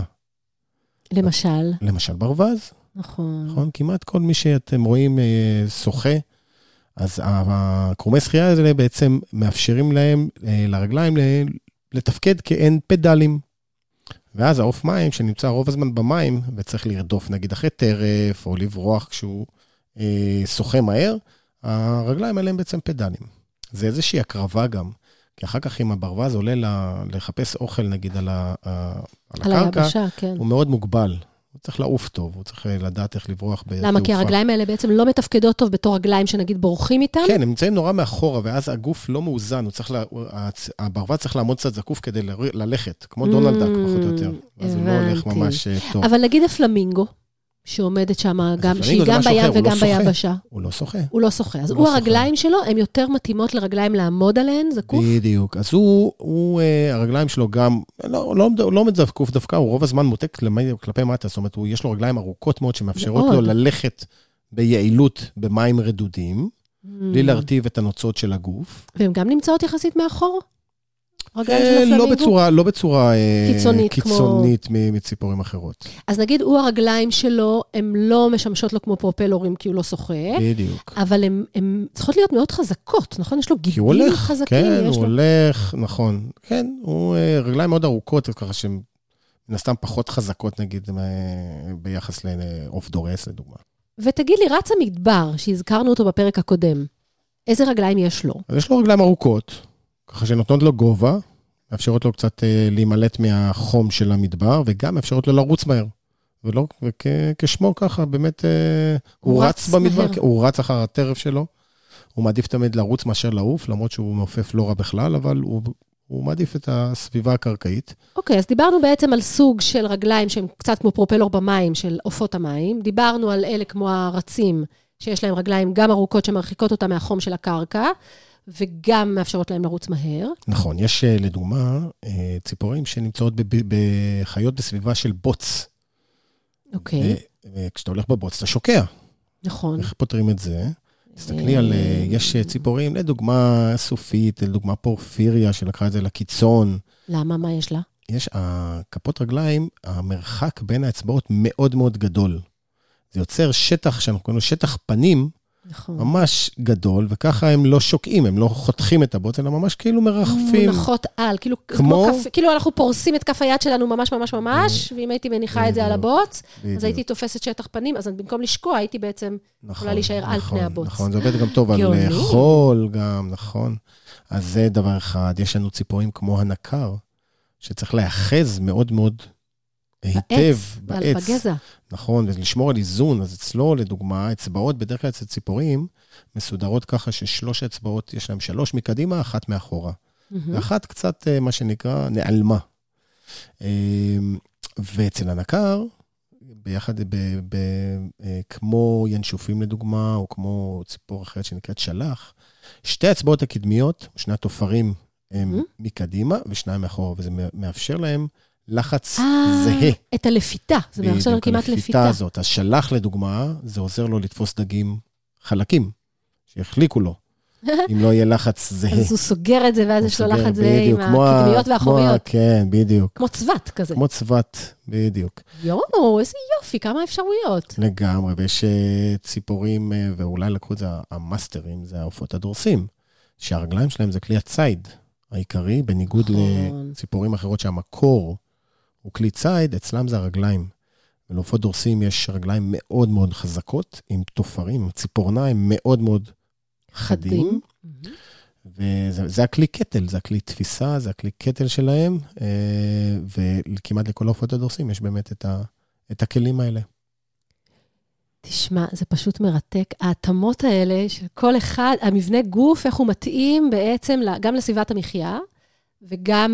למשל ברווז. נכון, כמעט כל מי שאתם רואים שוחה, אז הקרומי שחייה האלה בעצם מאפשרים להם, לרגליים, לתפקד כאין פדלים. ואז העוף מים שנמצא רוב הזמן במים, וצריך לרדוף נגיד אחרי טרף, או לברוח כשהוא שוחה מהר, הרגליים האלה הם בעצם פדלים. זה איזושהי הקרבה גם, כי אחר כך אם הברווז עולה לחפש אוכל נגיד על הקרקע, היבשה, כן. הוא מאוד מוגבל. הוא צריך לעוף טוב, הוא צריך לדעת איך לברוח בתעופה. למה? כי הרגליים האלה בעצם לא מתפקדות טוב בתור רגליים שנגיד בורחים איתם? כן, הם נמצאים נורא מאחורה, ואז הגוף לא מאוזן, הברווז צריך לעמוד קצת זקוף כדי ללכת, כמו דונלד דאק, פחות או יותר. אז הוא לא הולך ממש טוב. אבל נגיד הפלמינגו, שעומדת שם, שהיא גם בים וגם ביבשה. הוא לא שוחה. הוא לא שוחה. אז הרגליים שלו, הן יותר מתאימות לרגליים לעמוד עליהן, זקוף? בדיוק. אז הרגליים שלו גם, לא עומד זקוף דווקא, הוא רוב הזמן מותק כלפי מטה, זאת אומרת, יש לו רגליים ארוכות מאוד, שמאפשרות לו ללכת ביעילות במים רדודים, בלי להרטיב את הנוצות של הגוף. והן גם נמצאות יחסית מאחור? לא בצורה קיצונית מציפורים אחרות. אז נגיד, הרגליים שלו, הן לא משמשות לו כמו פרופלורים, כי הוא לא שוחה. בדיוק. אבל הן צריכות להיות מאוד חזקות, נכון? יש לו גידים חזקים. כן, הוא הולך, נכון. כן, הוא רגליים מאוד ארוכות, ככה שהן מן הסתם פחות חזקות, נגיד, ביחס לעוף דורס, לדוגמה. ותגיד לי, רץ המדבר, שהזכרנו אותו בפרק הקודם, איזה רגליים יש לו? אז יש לו רגליים ארוכות. ככה שנותנות לו גובה, מאפשרות לו קצת להימלט מהחום של המדבר, וגם מאפשרות לו לרוץ מהר. וכשמו ככה, באמת, הוא רץ במדבר, הוא רץ אחר הטרף שלו, הוא מעדיף תמיד לרוץ מאשר לעוף, למרות שהוא מעופף לא רע בכלל, אבל הוא מעדיף את הסביבה הקרקעית. אוקיי, אז דיברנו בעצם על סוג של רגליים שהם קצת כמו פרופלור במים, של עופות המים. דיברנו על אלה כמו הרצים, שיש להם רגליים גם ארוכות שמרחיקות אותם מהחום של הקרקע, וגם מאפשרות להם לרוץ מהר. נכון, יש לדוגמה ציפורים שנמצאות בחיות בסביבה של בוץ. אוקיי. וכשאתה הולך בבוץ, אתה שוקע. נכון. איך פותרים את זה? תסתכלי על, יש ציפורים, לדוגמה סופית, לדוגמה פורפיריה, שלקחה את זה לקיצון. למה? מה יש לה? יש, כפות רגליים, המרחק בין האצבעות מאוד מאוד גדול. זה יוצר שטח, שאנחנו קוראים לו שטח פנים, נכון. ממש גדול, וככה הם לא שוקעים, הם לא חותכים את הבוץ, אלא ממש כאילו מרחפים. מונחות על, כאילו אנחנו פורסים את כף היד שלנו ממש ממש ממש, ואם הייתי מניחה את זה על הבוץ, אז הייתי תופסת שטח פנים, אז במקום לשקוע, הייתי בעצם יכולה להישאר על פני הבוץ. נכון, זה עובד גם טוב על חול גם, נכון. אז זה דבר אחד, יש לנו ציפורים כמו הנקר, שצריך להאחז מאוד מאוד היטב בעץ. בגזע. נכון, ולשמור על איזון, אז אצלו, לדוגמה, אצבעות בדרך כלל אצל ציפורים, מסודרות ככה ששלוש אצבעות, יש להם 3 מקדימה, 1 מאחורה. ואחת קצת, מה שנקרא, נעלמה. ואצל הנקר, ביחד, כמו ינשופים לדוגמה, או כמו ציפור אחרת שנקראת שלח, 2 אצבעות הקדמיות, 2 התופרים הם מקדימה, ו2 מאחורה, וזה מאפשר להם לחץ זהה. את הלפיתה, זה מאפשר לו כמעט לפיתה. הזאת. השלח לדוגמה, זה עוזר לו לתפוס דגים חלקים, שיחליקו לו, אם לא יהיה לחץ זהה. אז הוא סוגר את זה, ואז יש לו לחץ זהה עם הקדמיות והאחוריות. כן, בדיוק. כמו צוות כזה. כמו צוות, בדיוק. איזה יופי, כמה אפשרויות. לגמרי, ויש ציפורים, ואולי לקחו את זה, המאסטרים, זה העופות הדורסים, שהרגליים שלהם זה כלי הציד העיקרי, בניגוד לציפורים אחרות שהמקור הוא כלי ציד, אצלם זה הרגליים. ולעופות דורסים יש רגליים מאוד מאוד חזקות, עם תופרים, ציפורניים מאוד מאוד חדים. וזה הכלי קטל, זה הכלי תפיסה, זה הכלי קטל שלהם, וכמעט לכל העופות הדורסים יש באמת את הכלים האלה. תשמע, זה פשוט מרתק. ההתאמות האלה של כל אחד, המבנה גוף, איך הוא מתאים בעצם גם לסביבת המחיה, וגם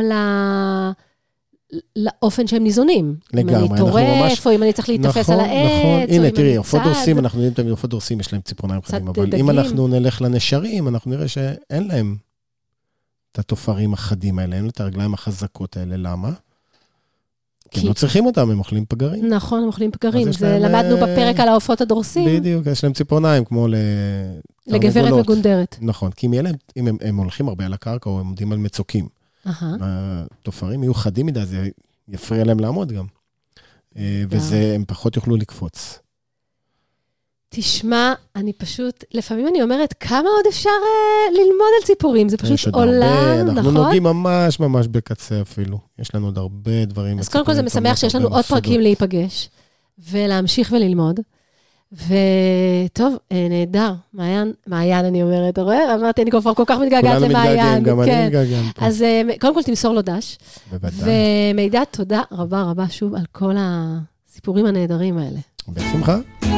לאופן שהם ניזונים. לגמרי. אם אני טורף, או אם אני צריך להתאפס על העץ, הנה, תראי, עופות דורסים, אנחנו יודעים תמיד, עופות דורסים יש להם ציפורניים חדים, אבל אם אנחנו נלך לנשרים, אנחנו נראה שאין להם את התופרים החדים האלה, אין את הרגליים החזקות האלה, למה? כי הם לא צריכים אותם, הם אוכלים פגרים. נכון, הם אוכלים פגרים. זה למדנו בפרק על העופות הדורסים. בדיוק, יש להם ציפורניים, כמו לגברת מגונדרת. נכון, כי אם הם הולכים הרבה על הקרקע, או הם עומדים על מצוקים. התופרים יהיו חדים מדי, זה יפריע להם לעמוד גם. והם פחות יוכלו לקפוץ. תשמע, אני פשוט, לפעמים אני אומרת, כמה עוד אפשר ללמוד על ציפורים? זה פשוט עולם, נכון? אנחנו נוגעים ממש ממש בקצה אפילו. יש לנו עוד הרבה דברים. אז קודם כל זה משמח שיש לנו עוד פרקים להיפגש, ולהמשיך וללמוד. וטוב, נהדר. מעיין אני אומרת, רואה? אמרתי, אני כבר כל כך מתגעגעת למעיין. גם אני מתגעגעת. אז קודם כל תמסור לו דש. בוודאי. ומידע, תודה רבה רבה שוב על כל הסיפורים הנהדרים האלה. בשמחה.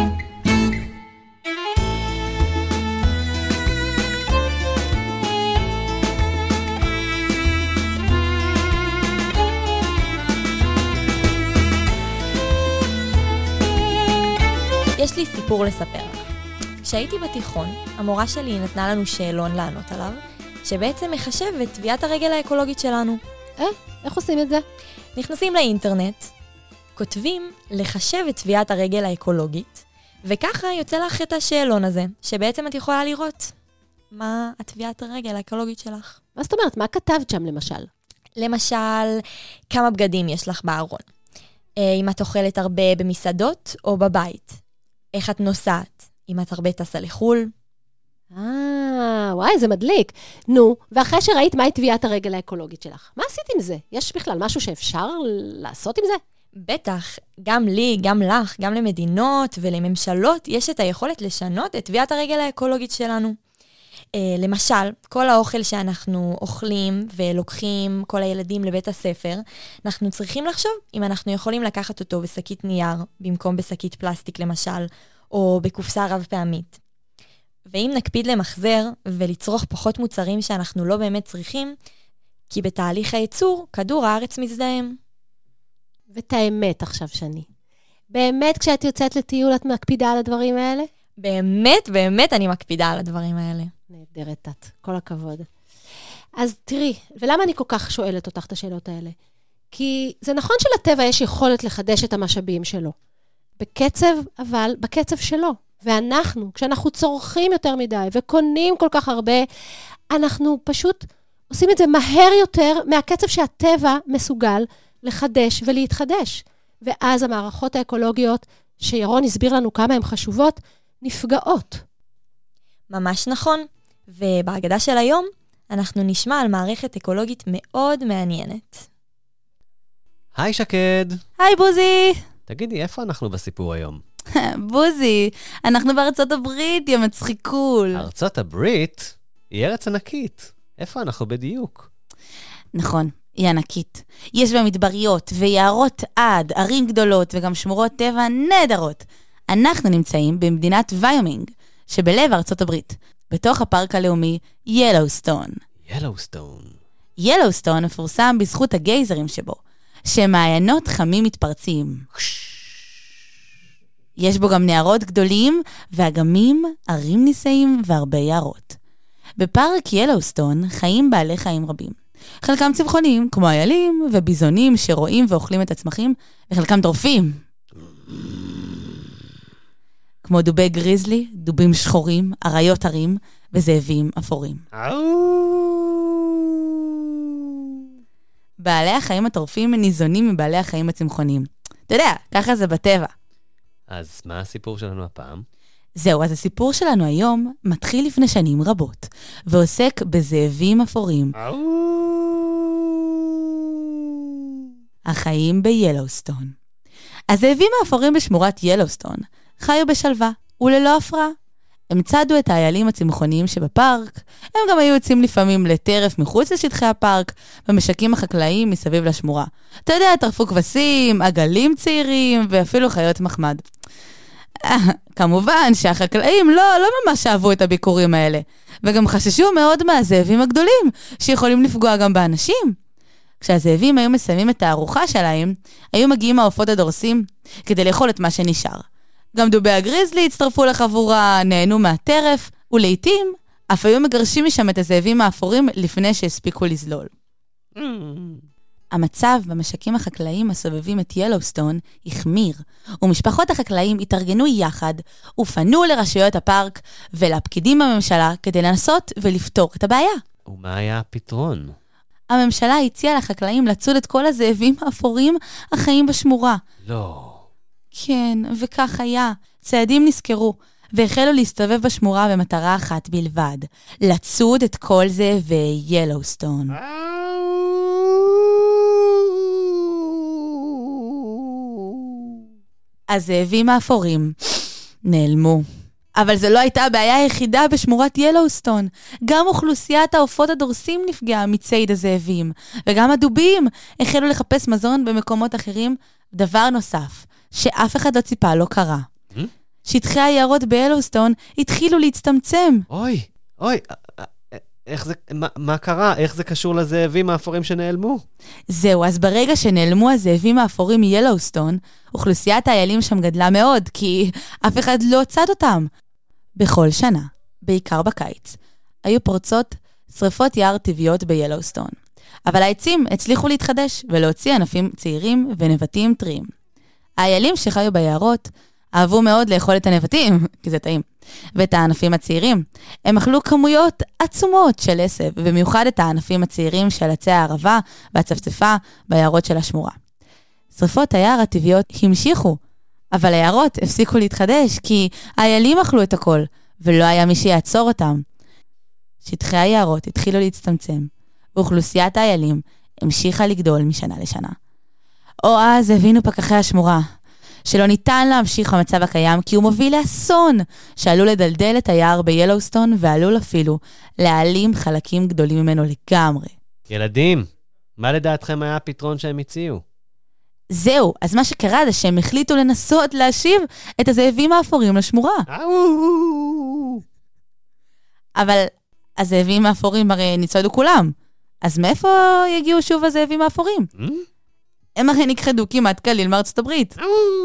יש לי סיפור לספר לך. כשהייתי בתיכון, המורה שלי נתנה לנו שאלון לענות עליו, שבעצם מחשב את טביעת הרגל האקולוגית שלנו. איך עושים את זה? נכנסים לאינטרנט, כותבים לחשב את טביעת הרגל האקולוגית, וככה יוצא לך את השאלון הזה, שבעצם את יכולה לראות מה הטביעת הרגל האקולוגית שלך. מה זאת אומרת? מה כתבת שם למשל? למשל, כמה בגדים יש לך בארון. אם את אוכלת הרבה במסעדות או בבית. איך את נוסעת? אם את הרבה טסה לחול? וואי, זה מדליק. נו, ואחרי שראית מהי טביעת הרגל האקולוגית שלך, מה עשית עם זה? יש בכלל משהו שאפשר לעשות עם זה? בטח, גם לי, גם לך, גם למדינות ולממשלות, יש את היכולת לשנות את טביעת הרגל האקולוגית שלנו. למשל, כל האוכל שאנחנו אוכלים ולוקחים כל הילדים לבית הספר, אנחנו צריכים לחשוב אם אנחנו יכולים לקחת אותו בשקית נייר, במקום בשקית פלסטיק למשל, או בקופסה רב פעמית. ואם נקפיד למחזר ולצרוך פחות מוצרים שאנחנו לא באמת צריכים, כי בתהליך הייצור, כדור הארץ מזדהם. ואת האמת עכשיו שני. באמת כשאת יוצאת לטיול את מקפידה על הדברים האלה? באמת, באמת אני מקפידה על הדברים האלה. נהדרת את, כל הכבוד. אז תראי, ולמה אני כל כך שואלת אותך את השאלות האלה? כי זה נכון שלטבע יש יכולת לחדש את המשאבים שלו. בקצב, אבל בקצב שלו. ואנחנו, כשאנחנו צורכים יותר מדי וקונים כל כך הרבה, אנחנו פשוט עושים את זה מהר יותר מהקצב שהטבע מסוגל לחדש ולהתחדש. ואז המערכות האקולוגיות, שירון הסביר לנו כמה הן חשובות, נפגעות. ממש נכון. ובהגדה של היום, אנחנו נשמע על מערכת אקולוגית מאוד מעניינת. היי שקד. היי בוזי. תגידי, איפה אנחנו בסיפור היום? בוזי, אנחנו בארצות הברית, יא מצחיקול. ארצות הברית היא ארץ ענקית. איפה אנחנו בדיוק? נכון, היא ענקית. יש בה מדבריות ויערות עד, ערים גדולות וגם שמורות טבע נהדרות. אנחנו נמצאים במדינת ויומינג, שבלב ארצות הברית, בתוך הפארק הלאומי ילוסטון. ילוסטון מפורסם בזכות הגייזרים שבו, שמעיינות חמים מתפרצים. יש בו גם נהרות גדולים ואגמים, ערים ניסיים והרבה יערות. בפארק ילוסטון חיים בעלי חיים רבים. חלקם צמחוניים, כמו איילים וביזונים שרואים ואוכלים את הצמחים, וחלקם טורפים. כמו דובי גריזלי, דובים שחורים, אריות הרים וזאבים אפורים. בעלי החיים הטורפים ניזונים מבעלי החיים הצמחוניים. אתה יודע, ככה זה בטבע. אז מה הסיפור שלנו הפעם? זהו, אז הסיפור שלנו היום מתחיל לפני שנים רבות, ועוסק בזאבים אפורים. החיים ביילוסטון. הזאבים האפורים בשמורת ילוסטון חיו בשלווה וללא הפרעה. הם צדו את האיילים הצמחוניים שבפארק, הם גם היו יוצאים לפעמים לטרף מחוץ לשטחי הפארק, במשקים החקלאיים מסביב לשמורה. אתה יודע, טרפו כבשים, עגלים צעירים ואפילו חיות מחמד. כמובן שהחקלאים לא ממש אהבו את הביקורים האלה, וגם חששו מאוד מהזאבים הגדולים, שיכולים לפגוע גם באנשים. כשהזאבים היו מסיימים את הארוחה שלהם, היו מגיעים העופות הדורסים כדי לאכול את מה שנשאר. גם דובי הגריזלי הצטרפו לחבורה, נהנו מהטרף, ולעיתים אף היו מגרשים משם את הזאבים האפורים לפני שהספיקו לזלול. המצב במשקים החקלאיים הסובבים את ילוסטון החמיר, ומשפחות החקלאים התארגנו יחד ופנו לרשויות הפארק ולפקידים בממשלה כדי לנסות ולפתור את הבעיה. ומה היה הפתרון? הממשלה הציעה לחקלאים לצוד את כל הזאבים האפורים החיים בשמורה. לא. כן, וכך היה. ציידים נזכרו, והחלו להסתובב בשמורה במטרה אחת בלבד, לצוד את כל זאבי ילוסטון. הזאבים האפורים נעלמו. אבל זו לא הייתה הבעיה היחידה בשמורת ילוסטון. גם אוכלוסיית העופות הדורסים נפגעה מצייד הזאבים, וגם הדובים החלו לחפש מזון במקומות אחרים. דבר נוסף, שאף אחד לא ציפה לא קרה. שטחי היערות בילוסטון התחילו להצטמצם. אוי, איך זה, מה קרה? איך זה קשור לזאבים האפורים שנעלמו? זהו, אז ברגע שנעלמו הזאבים האפורים מילוסטון, אוכלוסיית האיילים שם גדלה מאוד, כי אף אחד לא צד אותם. בכל שנה, בעיקר בקיץ, היו פורצות שריפות יער טבעיות בילוסטון. אבל העצים הצליחו להתחדש ולהוציא ענפים צעירים ונבטים טריים. האיילים שחיו ביערות אהבו מאוד לאכול את הנבטים, כי זה טעים, ואת הענפים הצעירים. הם אכלו כמויות עצומות של עשב, ובמיוחד את הענפים הצעירים של עצי הערבה והצפצפה ביערות של השמורה. שריפות היער הטבעיות המשיכו, אבל היערות הפסיקו להתחדש, כי האיילים אכלו את הכל, ולא היה מי שיעצור אותם. שטחי היערות התחילו להצטמצם, ואוכלוסיית האיילים המשיכה לגדול משנה לשנה. או אז הבינו פקחי השמורה, שלא ניתן להמשיך במצב הקיים, כי הוא מוביל לאסון, שעלול לדלדל את היער בילוסטון, ועלול אפילו להעלים חלקים גדולים ממנו לגמרי. ילדים, מה לדעתכם היה הפתרון שהם הציעו? זהו, אז מה שקרה זה שהם החליטו לנסות להשיב את הזאבים האפורים לשמורה. אבל הזאבים האפורים הרי ניצודו כולם. אז מאיפה יגיעו שוב הזאבים האפורים? הם הרי נכחדו כמעט כליל מארצות הברית.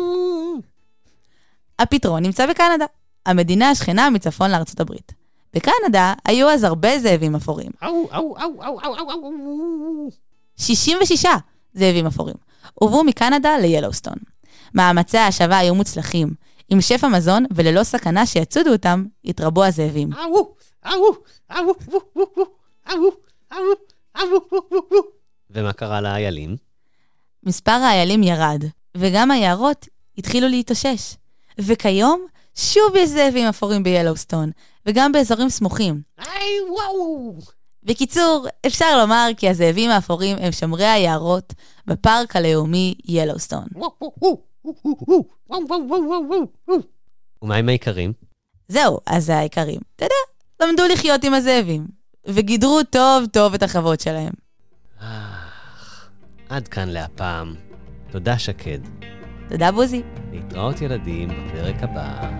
הפתרון נמצא בקנדה, המדינה השכנה מצפון לארצות הברית. בקנדה היו אז הרבה זאבים אפורים. 66 זאבים אפורים. הובאו מקנדה ליילוסטון. מאמצי ההשבה היו מוצלחים. עם שפע מזון וללא סכנה שיצודו אותם, התרבו הזאבים. ומה קרה לאיילים? מספר האיילים ירד, וגם היערות התחילו להתאושש. וכיום שוב יש זאבים אפורים ביילוסטון, וגם באזורים סמוכים. בקיצור, אפשר לומר כי הזאבים האפורים הם שומרי היערות בפארק הלאומי ילוסטון. ומה עם העיקרים? זהו, אז העיקרים, אתה יודע, למדו לחיות עם הזאבים, וגידרו טוב טוב את החוות שלהם. עד כאן להפעם. תודה שקד. תודה בוזי. להתראות ילדים בפרק הבא.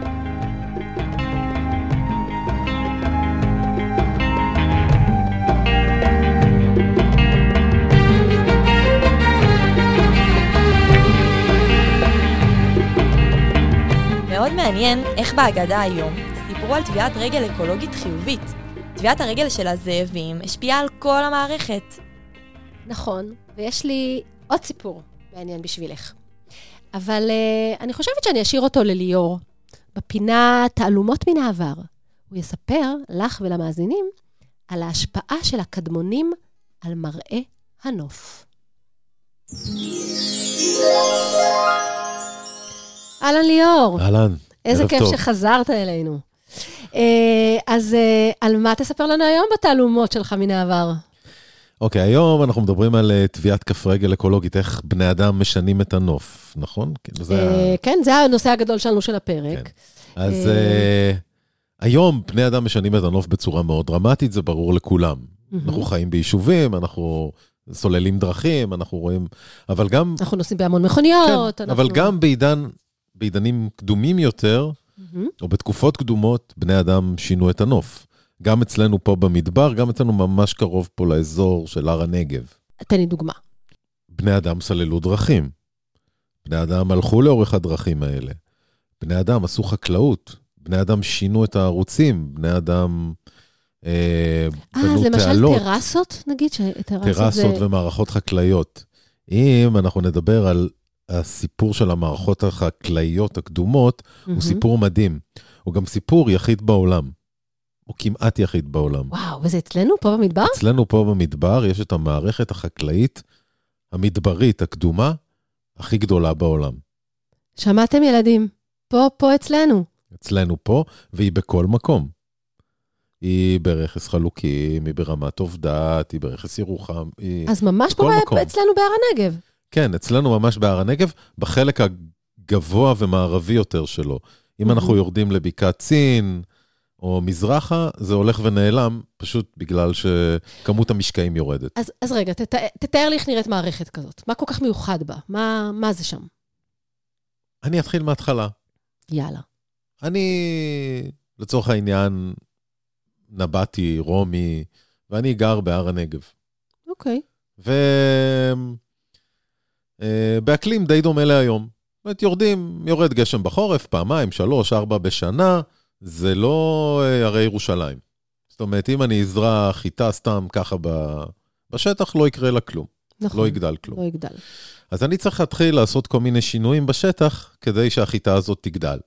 מאוד מעניין איך בהגדה היום סיפרו על טביעת רגל אקולוגית חיובית. טביעת הרגל של הזאבים השפיעה על כל המערכת. נכון, ויש לי עוד סיפור מעניין בשבילך. אבל אני חושבת שאני אשאיר אותו לליאור. בפינה תעלומות מן העבר. הוא יספר לך ולמאזינים על ההשפעה של הקדמונים על מראה הנוף. אהלן ליאור. אהלן, איזה כיף שחזרת אלינו. אז על מה תספר לנו היום בתעלומות שלך מן העבר? אוקיי, היום אנחנו מדברים על טביעת כף רגל אקולוגית, איך בני אדם משנים את הנוף, נכון? כן, זה הנושא הגדול שלנו של הפרק. אז היום בני אדם משנים את הנוף בצורה מאוד דרמטית, זה ברור לכולם. אנחנו חיים ביישובים, אנחנו סוללים דרכים, אנחנו רואים, אבל גם... אנחנו נוסעים בהמון מכוניות. אבל גם בעידנים קדומים יותר, או בתקופות קדומות, בני אדם שינו את הנוף. גם אצלנו פה במדבר, גם אצלנו ממש קרוב פה לאזור של הר הנגב. תן לי דוגמה. בני אדם סללו דרכים. בני אדם הלכו לאורך הדרכים האלה. בני אדם עשו חקלאות. בני אדם שינו את הערוצים. בני אדם אז למשל טרסות, נגיד טרסות ומערכות חקלאיות. אם אנחנו נדבר על הסיפור של המערכות החקלאיות הקדומות, הוא סיפור מדהים. הוא גם סיפור יחיד בעולם. הוא כמעט יחיד בעולם. וואו, וזה אצלנו פה במדבר? אצלנו פה במדבר יש את המערכת החקלאית המדברית הקדומה הכי גדולה בעולם. שמעתם ילדים? פה אצלנו. אצלנו פה, והיא בכל מקום. היא ברכס חלוקים, היא ברמת עובדת, היא ברכס ירוחם. אז ממש פה אצלנו בהר הנגב. כן, אצלנו ממש בהר הנגב, בחלק הגבוה ומערבי יותר שלו. אם אנחנו יורדים לבקעת צין, או מזרחה, זה הולך ונעלם, פשוט בגלל שכמות המשקעים יורדת. אז רגע, תתאר לי איך נראית מערכת כזאת. מה כל כך מיוחד בה? מה זה שם? אני אתחיל מההתחלה. יאללה. אני, לצורך העניין, נבטי, רומי, ואני גר בהר הנגב. אוקיי. באקלים די דומה להיום. זאת אומרת, יורד גשם בחורף, 2, 3, 4 בשנה, זה לא הרי ירושלים. זאת אומרת, אם אני אזרע חיטה סתם ככה בשטח, לא יקרה לה כלום. נכון. לא יגדל כלום. לא יגדל. אז אני צריך להתחיל לעשות כל מיני שינויים בשטח, כדי שהחיטה הזאת תגדל.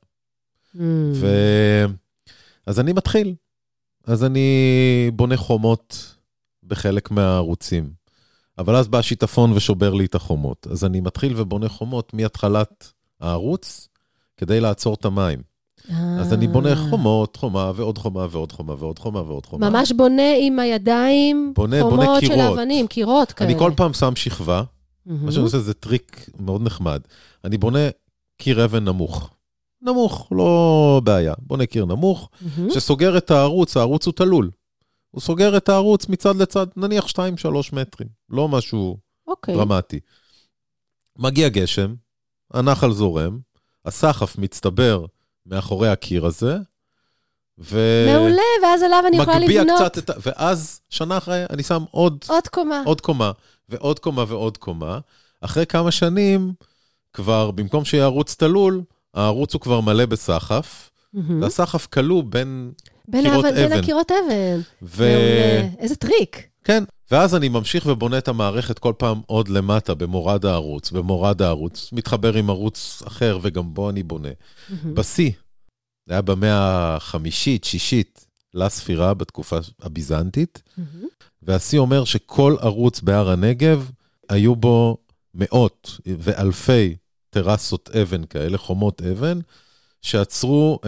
אז אני מתחיל. אז אני בונה חומות בחלק מהערוצים. אבל אז בא שיטפון ושובר לי את החומות. אז אני מתחיל ובונה חומות מהתחלת הערוץ, כדי לעצור את המים. אז אני בונה חומה ועוד חומה ועוד חומה ועוד חומה ועוד חומה. ממש בונה עם הידיים, חומות של אבנים, קירות כאלה. אני כל פעם שם שכבה, מה שאני עושה זה טריק מאוד נחמד. אני בונה קיר אבן נמוך. נמוך, לא בעיה. בונה קיר נמוך, שסוגר את הערוץ, הערוץ הוא תלול. הוא סוגר את הערוץ מצד לצד, נניח 2-3 מטרים. לא משהו דרמטי. מגיע גשם, הנחל זורם, הסחף מצטבר מאחורי הקיר הזה, מעולה, ואז עליו אני יכולה לבנות. ואז שנה אחרי אני שם עוד קומה. עוד קומה, ועוד קומה ועוד קומה. אחרי כמה שנים, כבר במקום שיהיה ערוץ תלול, הערוץ הוא כבר מלא בסחף, והסחף כלוא בין קירות אבן. בין הקירות אבן. איזה טריק. כן, ואז אני ממשיך ובונה את המערכת כל פעם עוד למטה, במורד הערוץ, מתחבר עם ערוץ אחר, וגם בו אני בונה. בסי, זה היה במאה החמישית, שישית, לספירה בתקופה הביזנטית, והסי אומר שכל ערוץ בהר הנגב, היו בו מאות ואלפי טרסות אבן כאלה, חומות אבן, שעצרו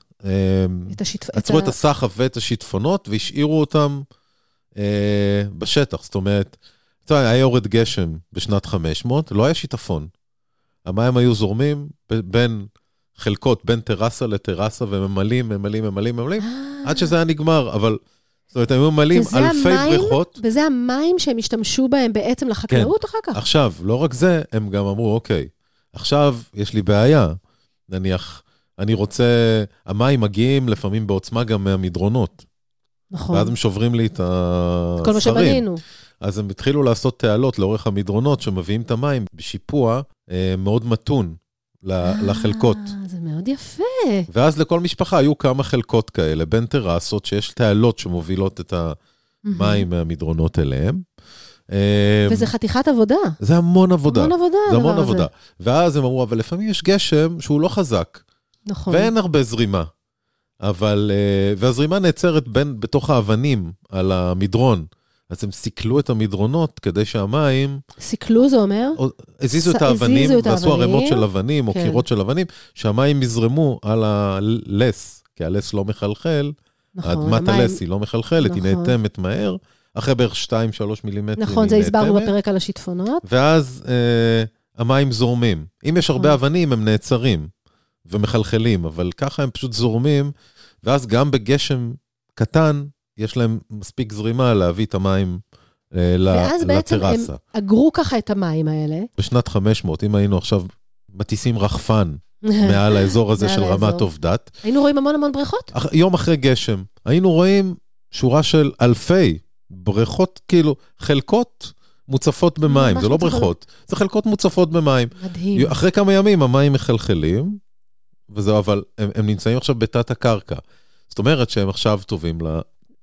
את הסחף ואת השיטפונות, והשאירו אותם בשטח. זאת אומרת, היה יורד גשם בשנת 500, לא היה שיטפון. המים היו זורמים בין חלקות, בין טרסה לטרסה, וממלאים, עד שזה היה נגמר, אבל זאת אומרת, הם ממלאים אלפי בריכות. וזה המים שהם השתמשו בהם בעצם לחקלאות אחר כך? עכשיו, לא רק זה, הם גם אמרו, אוקיי, עכשיו יש לי בעיה, נניח, אני רוצה, המים מגיעים לפעמים בעוצמה גם מהמדרונות. נכון. ואז הם שוברים לי את הספרים. כל מה שבנינו. אז הם התחילו לעשות תעלות לאורך המדרונות, שמביאים את המים בשיפוע מאוד מתון לחלקות. זה מאוד יפה. ואז לכל משפחה היו כמה חלקות כאלה, בין טרסות, שיש תעלות שמובילות את המים מהמדרונות אליהם. וזה חתיכת עבודה. זה המון עבודה. זה המון עבודה. ואז הם אמרו, אבל לפעמים יש גשם שהוא לא חזק. נכון. ואין הרבה זרימה. והזרימה נעצרת בתוך האבנים על המדרון. אז הם סיכלו את המדרונות כדי שהמים... סיכלו זה אומר? הזיזו את האבנים, ועשו ערימות של אבנים או קירות של אבנים, שהמים יזרמו על הלס, כי הלס לא מחלחל, אדמת הלס היא לא מחלחלת, היא נאטמת מהר, אחרי בערך 2-3 מילימטרים. נכון, זה הסברנו בפרק על השיטפונות. ואז המים זורמים. אם יש הרבה אבנים, הם נעצרים ומחלחלים, אבל ככה הם פשוט זורמים, ואז גם בגשם קטן, יש להם מספיק זרימה להביא את המים לטרסה. ואז בעצם הם אגרו ככה את המים האלה. בשנת 500, אם היינו עכשיו מטיסים רחפן מעל האזור הזה של רמת עובדת. היינו רואים המון בריכות? יום אחרי גשם. היינו רואים שורה של אלפי בריכות, כאילו חלקות מוצפות במים. זה לא בריכות, זה חלקות מוצפות במים. מדהים. אחרי כמה ימים המים מחלחלים, וזהו, אבל הם נמצאים עכשיו בתת הקרקע. זאת אומרת שהם עכשיו טובים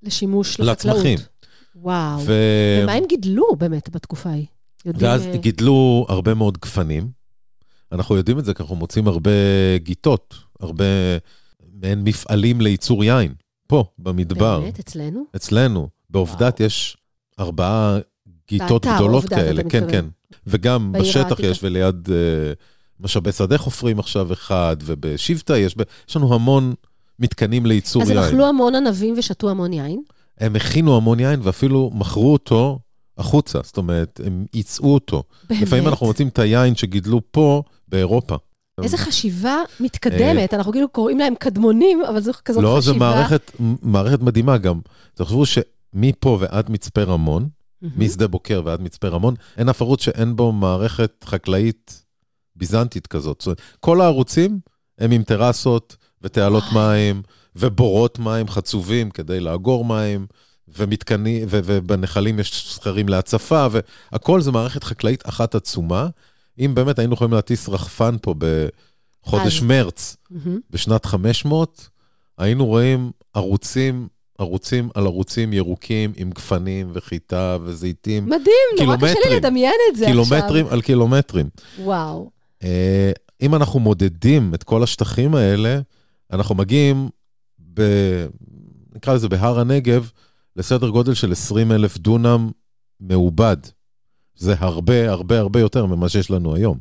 לשימוש לחקלאות. לצמחים. וואו. ומה הם גידלו באמת בתקופה ההיא? ואז גידלו הרבה מאוד גפנים. אנחנו יודעים את זה, כי אנחנו מוצאים הרבה גיטות, הרבה מעין מפעלים לייצור יין. פה, במדבר. באמת, אצלנו? אצלנו. בעובדת יש 4 גיטות גדולות כאלה. כן, כן. וגם בשטח יש, וליד משאבי שדה חופרים עכשיו אחד, ובשבטה יש לנו המון מתקנים לייצור יין. אז הם אכלו המון ענבים ושתו המון יין? הם הכינו המון יין, ואפילו מכרו אותו החוצה. זאת אומרת, הם ייצאו אותו. באמת? לפעמים אנחנו מוצאים את היין שגידלו פה באירופה. איזה חשיבה מתקדמת. אנחנו כאילו קוראים להם קדמונים, אבל זו כזאת חשיבה. לא, זו מערכת מדהימה גם. תחשבו שמפה ועד מצפה רמון, משדה בוקר ועד מצפה רמון, אין אף ערוץ שאין בו מערכת חקלאית ביזנטית כזאת. זאת אומרת, כל הערוצים הם עם טרסות ותעלות מים, ובורות מים חצובים כדי לאגור מים, ומתקנים, ובנחלים יש סחרים להצפה, והכל זה מערכת חקלאית אחת עצומה. אם באמת היינו יכולים להטיס רחפן פה בחודש מרץ, בשנת 500, היינו רואים ערוצים על ערוצים ירוקים עם גפנים וחיטה וזיתים. מדהים, נורא קשה לי לדמיין את זה עכשיו. קילומטרים על קילומטרים. וואו. אם אנחנו מודדים את כל השטחים האלה, אנחנו מגיעים, נקרא לזה בהר הנגב, לסדר גודל של 20,000 דונם מעובד. זה הרבה, הרבה, הרבה יותר ממה שיש לנו היום.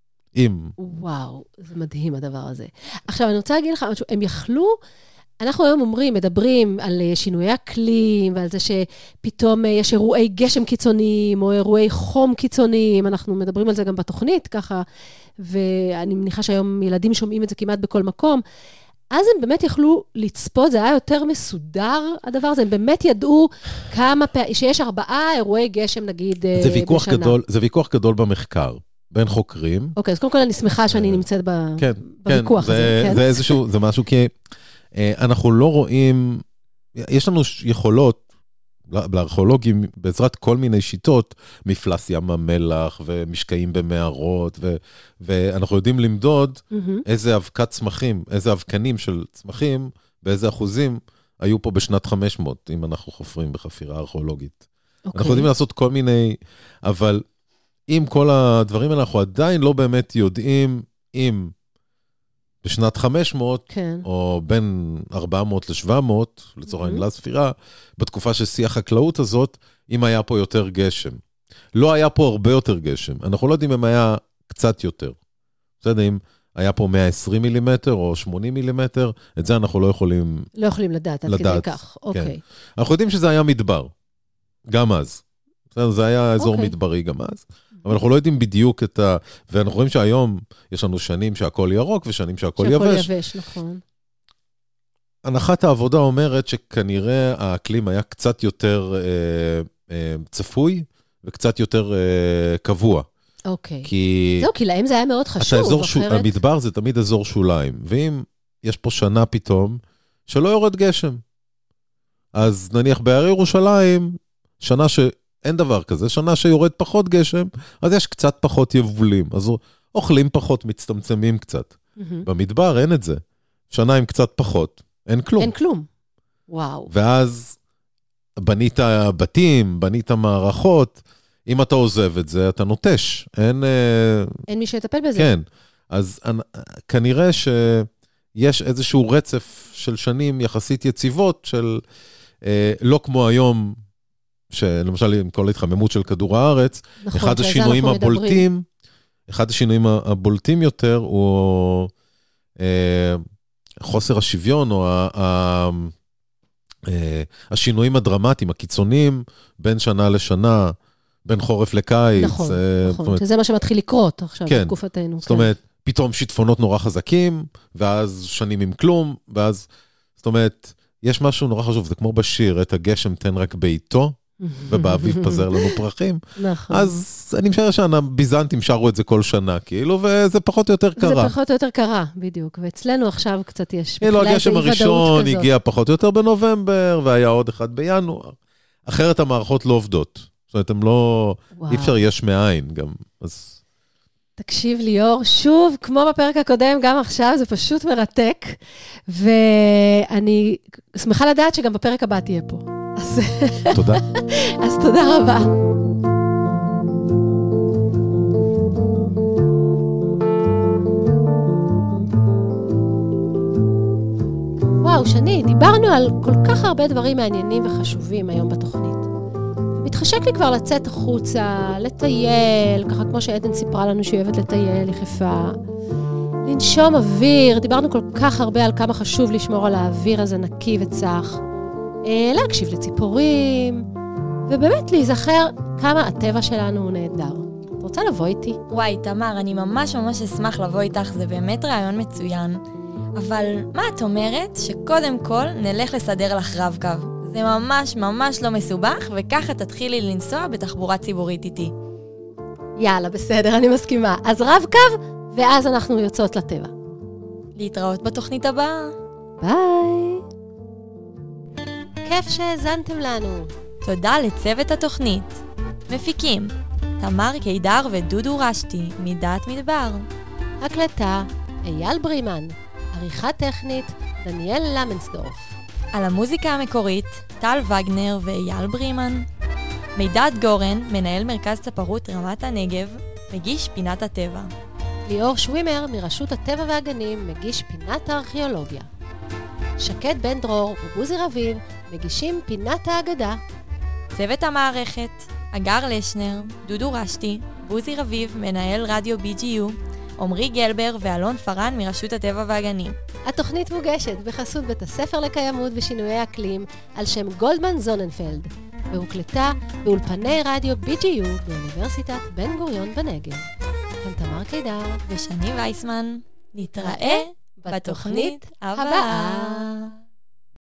וואו, זה מדהים הדבר הזה. עכשיו, אני רוצה להגיד לך, הם יכלו, אנחנו היום מדברים על שינויי אקלים, ועל זה שפתאום יש אירועי גשם קיצוניים, או אירועי חום קיצוניים, אנחנו מדברים על זה גם בתוכנית, ככה, ואני מניחה שהיום ילדים שומעים את זה כמעט בכל מקום, אז הם באמת יכלו לצפות, זה היה יותר מסודר, הדבר הזה, הם באמת ידעו שיש 4 אירועי גשם, נגיד, בשנה. זה ויכוח גדול במחקר, בין חוקרים. אוקיי, אז קודם כל אני שמחה שאני נמצאת בוויכוח הזה. זה איזשהו, זה משהו, כי אנחנו לא רואים, יש לנו יכולות, לארכיאולוגים, בעזרת כל מיני שיטות, מפלס ים המלח, ומשקעים במערות, ואנחנו יודעים למדוד איזה אבקת צמחים, איזה אבקנים של צמחים, באיזה אחוזים היו פה בשנת 500, אם אנחנו חופרים בחפירה ארכיאולוגית. אנחנו יודעים לעשות כל מיני, אבל עם כל הדברים האלה, אנחנו עדיין לא באמת יודעים אם בשנת 500, או בין 400 ל-700, לצורך העניין לספירה, בתקופה ששיא החקלאות הזאת, אם היה פה יותר גשם. לא היה פה הרבה יותר גשם. אנחנו לא יודעים אם היה קצת יותר. בסדר, אם היה פה 120 מילימטר או 80 מילימטר, את זה אנחנו לא יכולים לדעת, עד כדי כך. אוקיי. אנחנו יודעים שזה היה מדבר, גם אז. בסדר, זה היה אזור מדברי גם אז. אבל אנחנו לא יודעים בדיוק ואנחנו רואים שהיום יש לנו שנים שהכל ירוק, ושנים שהכל יבש. שהכל יבש, נכון. הנחת העבודה אומרת שכנראה האקלים היה קצת יותר צפוי, וקצת יותר קבוע. אוקיי. זהו, כי להם זה היה מאוד חשוב. המדבר זה תמיד אזור שוליים, ואם יש פה שנה פתאום, שלא יורד גשם. אז נניח בהרי ירושלים, שנה אין דבר כזה, שנה שיורד פחות גשם, אז יש קצת פחות יבולים, אז אוכלים פחות, מצטמצמים קצת. במדבר אין את זה. שנה עם קצת פחות, אין כלום. אין כלום. וואו. ואז בנית בתים, בנית מערכות, אם אתה עוזב את זה, אתה נוטש. אין מי שיטפל בזה. כן. אז כנראה שיש איזשהו רצף של שנים יחסית יציבות, של לא כמו היום, שלמשל עם כל ההתחממות של כדור הארץ, נכון, אחד השינויים הבולטים יותר הוא חוסר השוויון, או השינויים הדרמטיים, הקיצוניים, בין שנה לשנה, בין חורף לקיץ. נכון, נכון, שזה מה שמתחיל לקרות עכשיו בתקופתנו. זאת אומרת, פתאום שיטפונות נורא חזקים, ואז שנים עם כלום, ואז, זאת אומרת, יש משהו נורא חשוב, זה כמו בשיר, את הגשם תן רק בעיתו, ובאביב פזר לנו פרחים. נכון. אז אני משער שהביזנטים שרו את זה כל שנה, כאילו, וזה פחות או יותר קרה. זה פחות או יותר קרה, בדיוק. ואצלנו עכשיו קצת יש... הגשם הראשון הגיע פחות או יותר בנובמבר, והיה עוד אחד בינואר. אחרת המערכות לא עובדות. זאת אומרת, הם לא... אי אפשר יש מאין גם. אז... תקשיב ליאור, שוב, כמו בפרק הקודם, גם עכשיו, זה פשוט מרתק, ואני שמחה לדעת שגם בפרק הבא תהיה פה. תודה. אז תודה רבה. וואו, שני, דיברנו על כל כך הרבה דברים מעניינים וחשובים היום בתוכנית. מתחשק לי כבר לצאת החוצה, לטייל, ככה כמו שעדן סיפרה לנו שהיא אוהבת לטייל, יחפה. לנשום אוויר, דיברנו כל כך הרבה על כמה חשוב לשמור על האוויר הזה נקי וצח. להקשיב לציפורים, ובאמת להיזכר כמה הטבע שלנו הוא נהדר. את רוצה לבוא איתי? וואי, תמר, אני ממש אשמח לבוא איתך, זה באמת רעיון מצוין. אבל מה את אומרת שקודם כל נלך לסדר לך רב-קו? זה ממש לא מסובך, וככה תתחילי לנסוע בתחבורה ציבורית איתי. יאללה, בסדר, אני מסכימה. אז רב-קו, ואז אנחנו יוצאות לטבע. להתראות בתוכנית הבאה. ביי. כיף שהזנתם לנו. תודה לצוות התוכנית. מפיקים, תמר קידר ודודו רשתי, מדעת מדבר. הקלטה, אייל ברימן. עריכה טכנית, דניאל למנסדורף. על המוזיקה המקורית, טל וגנר ואייל ברימן. מידד גורן, מנהל מרכז צפרות רמת הנגב, מגיש פינת הטבע. ליאור שווימר מרשות הטבע והגנים מגיש פינת הארכיאולוגיה. שקד בן דרור ובוזי רביב מגישים פינת האגדה. צוות המערכת, אגר לשנר, דודו רשתי, בוזי רביב, מנהל רדיו BGU, עמרי גלבר ואלון פרן מרשות הטבע והגנים. התוכנית מוגשת בחסות בית הספר לקיימות ושינויי אקלים על שם גולדמן זוננפלד, והוקלטה באולפני רדיו BGU באוניברסיטת בן גוריון בנגב. כאן תמר קידר ושני וייסמן. נתראה בתוכנית הבאה.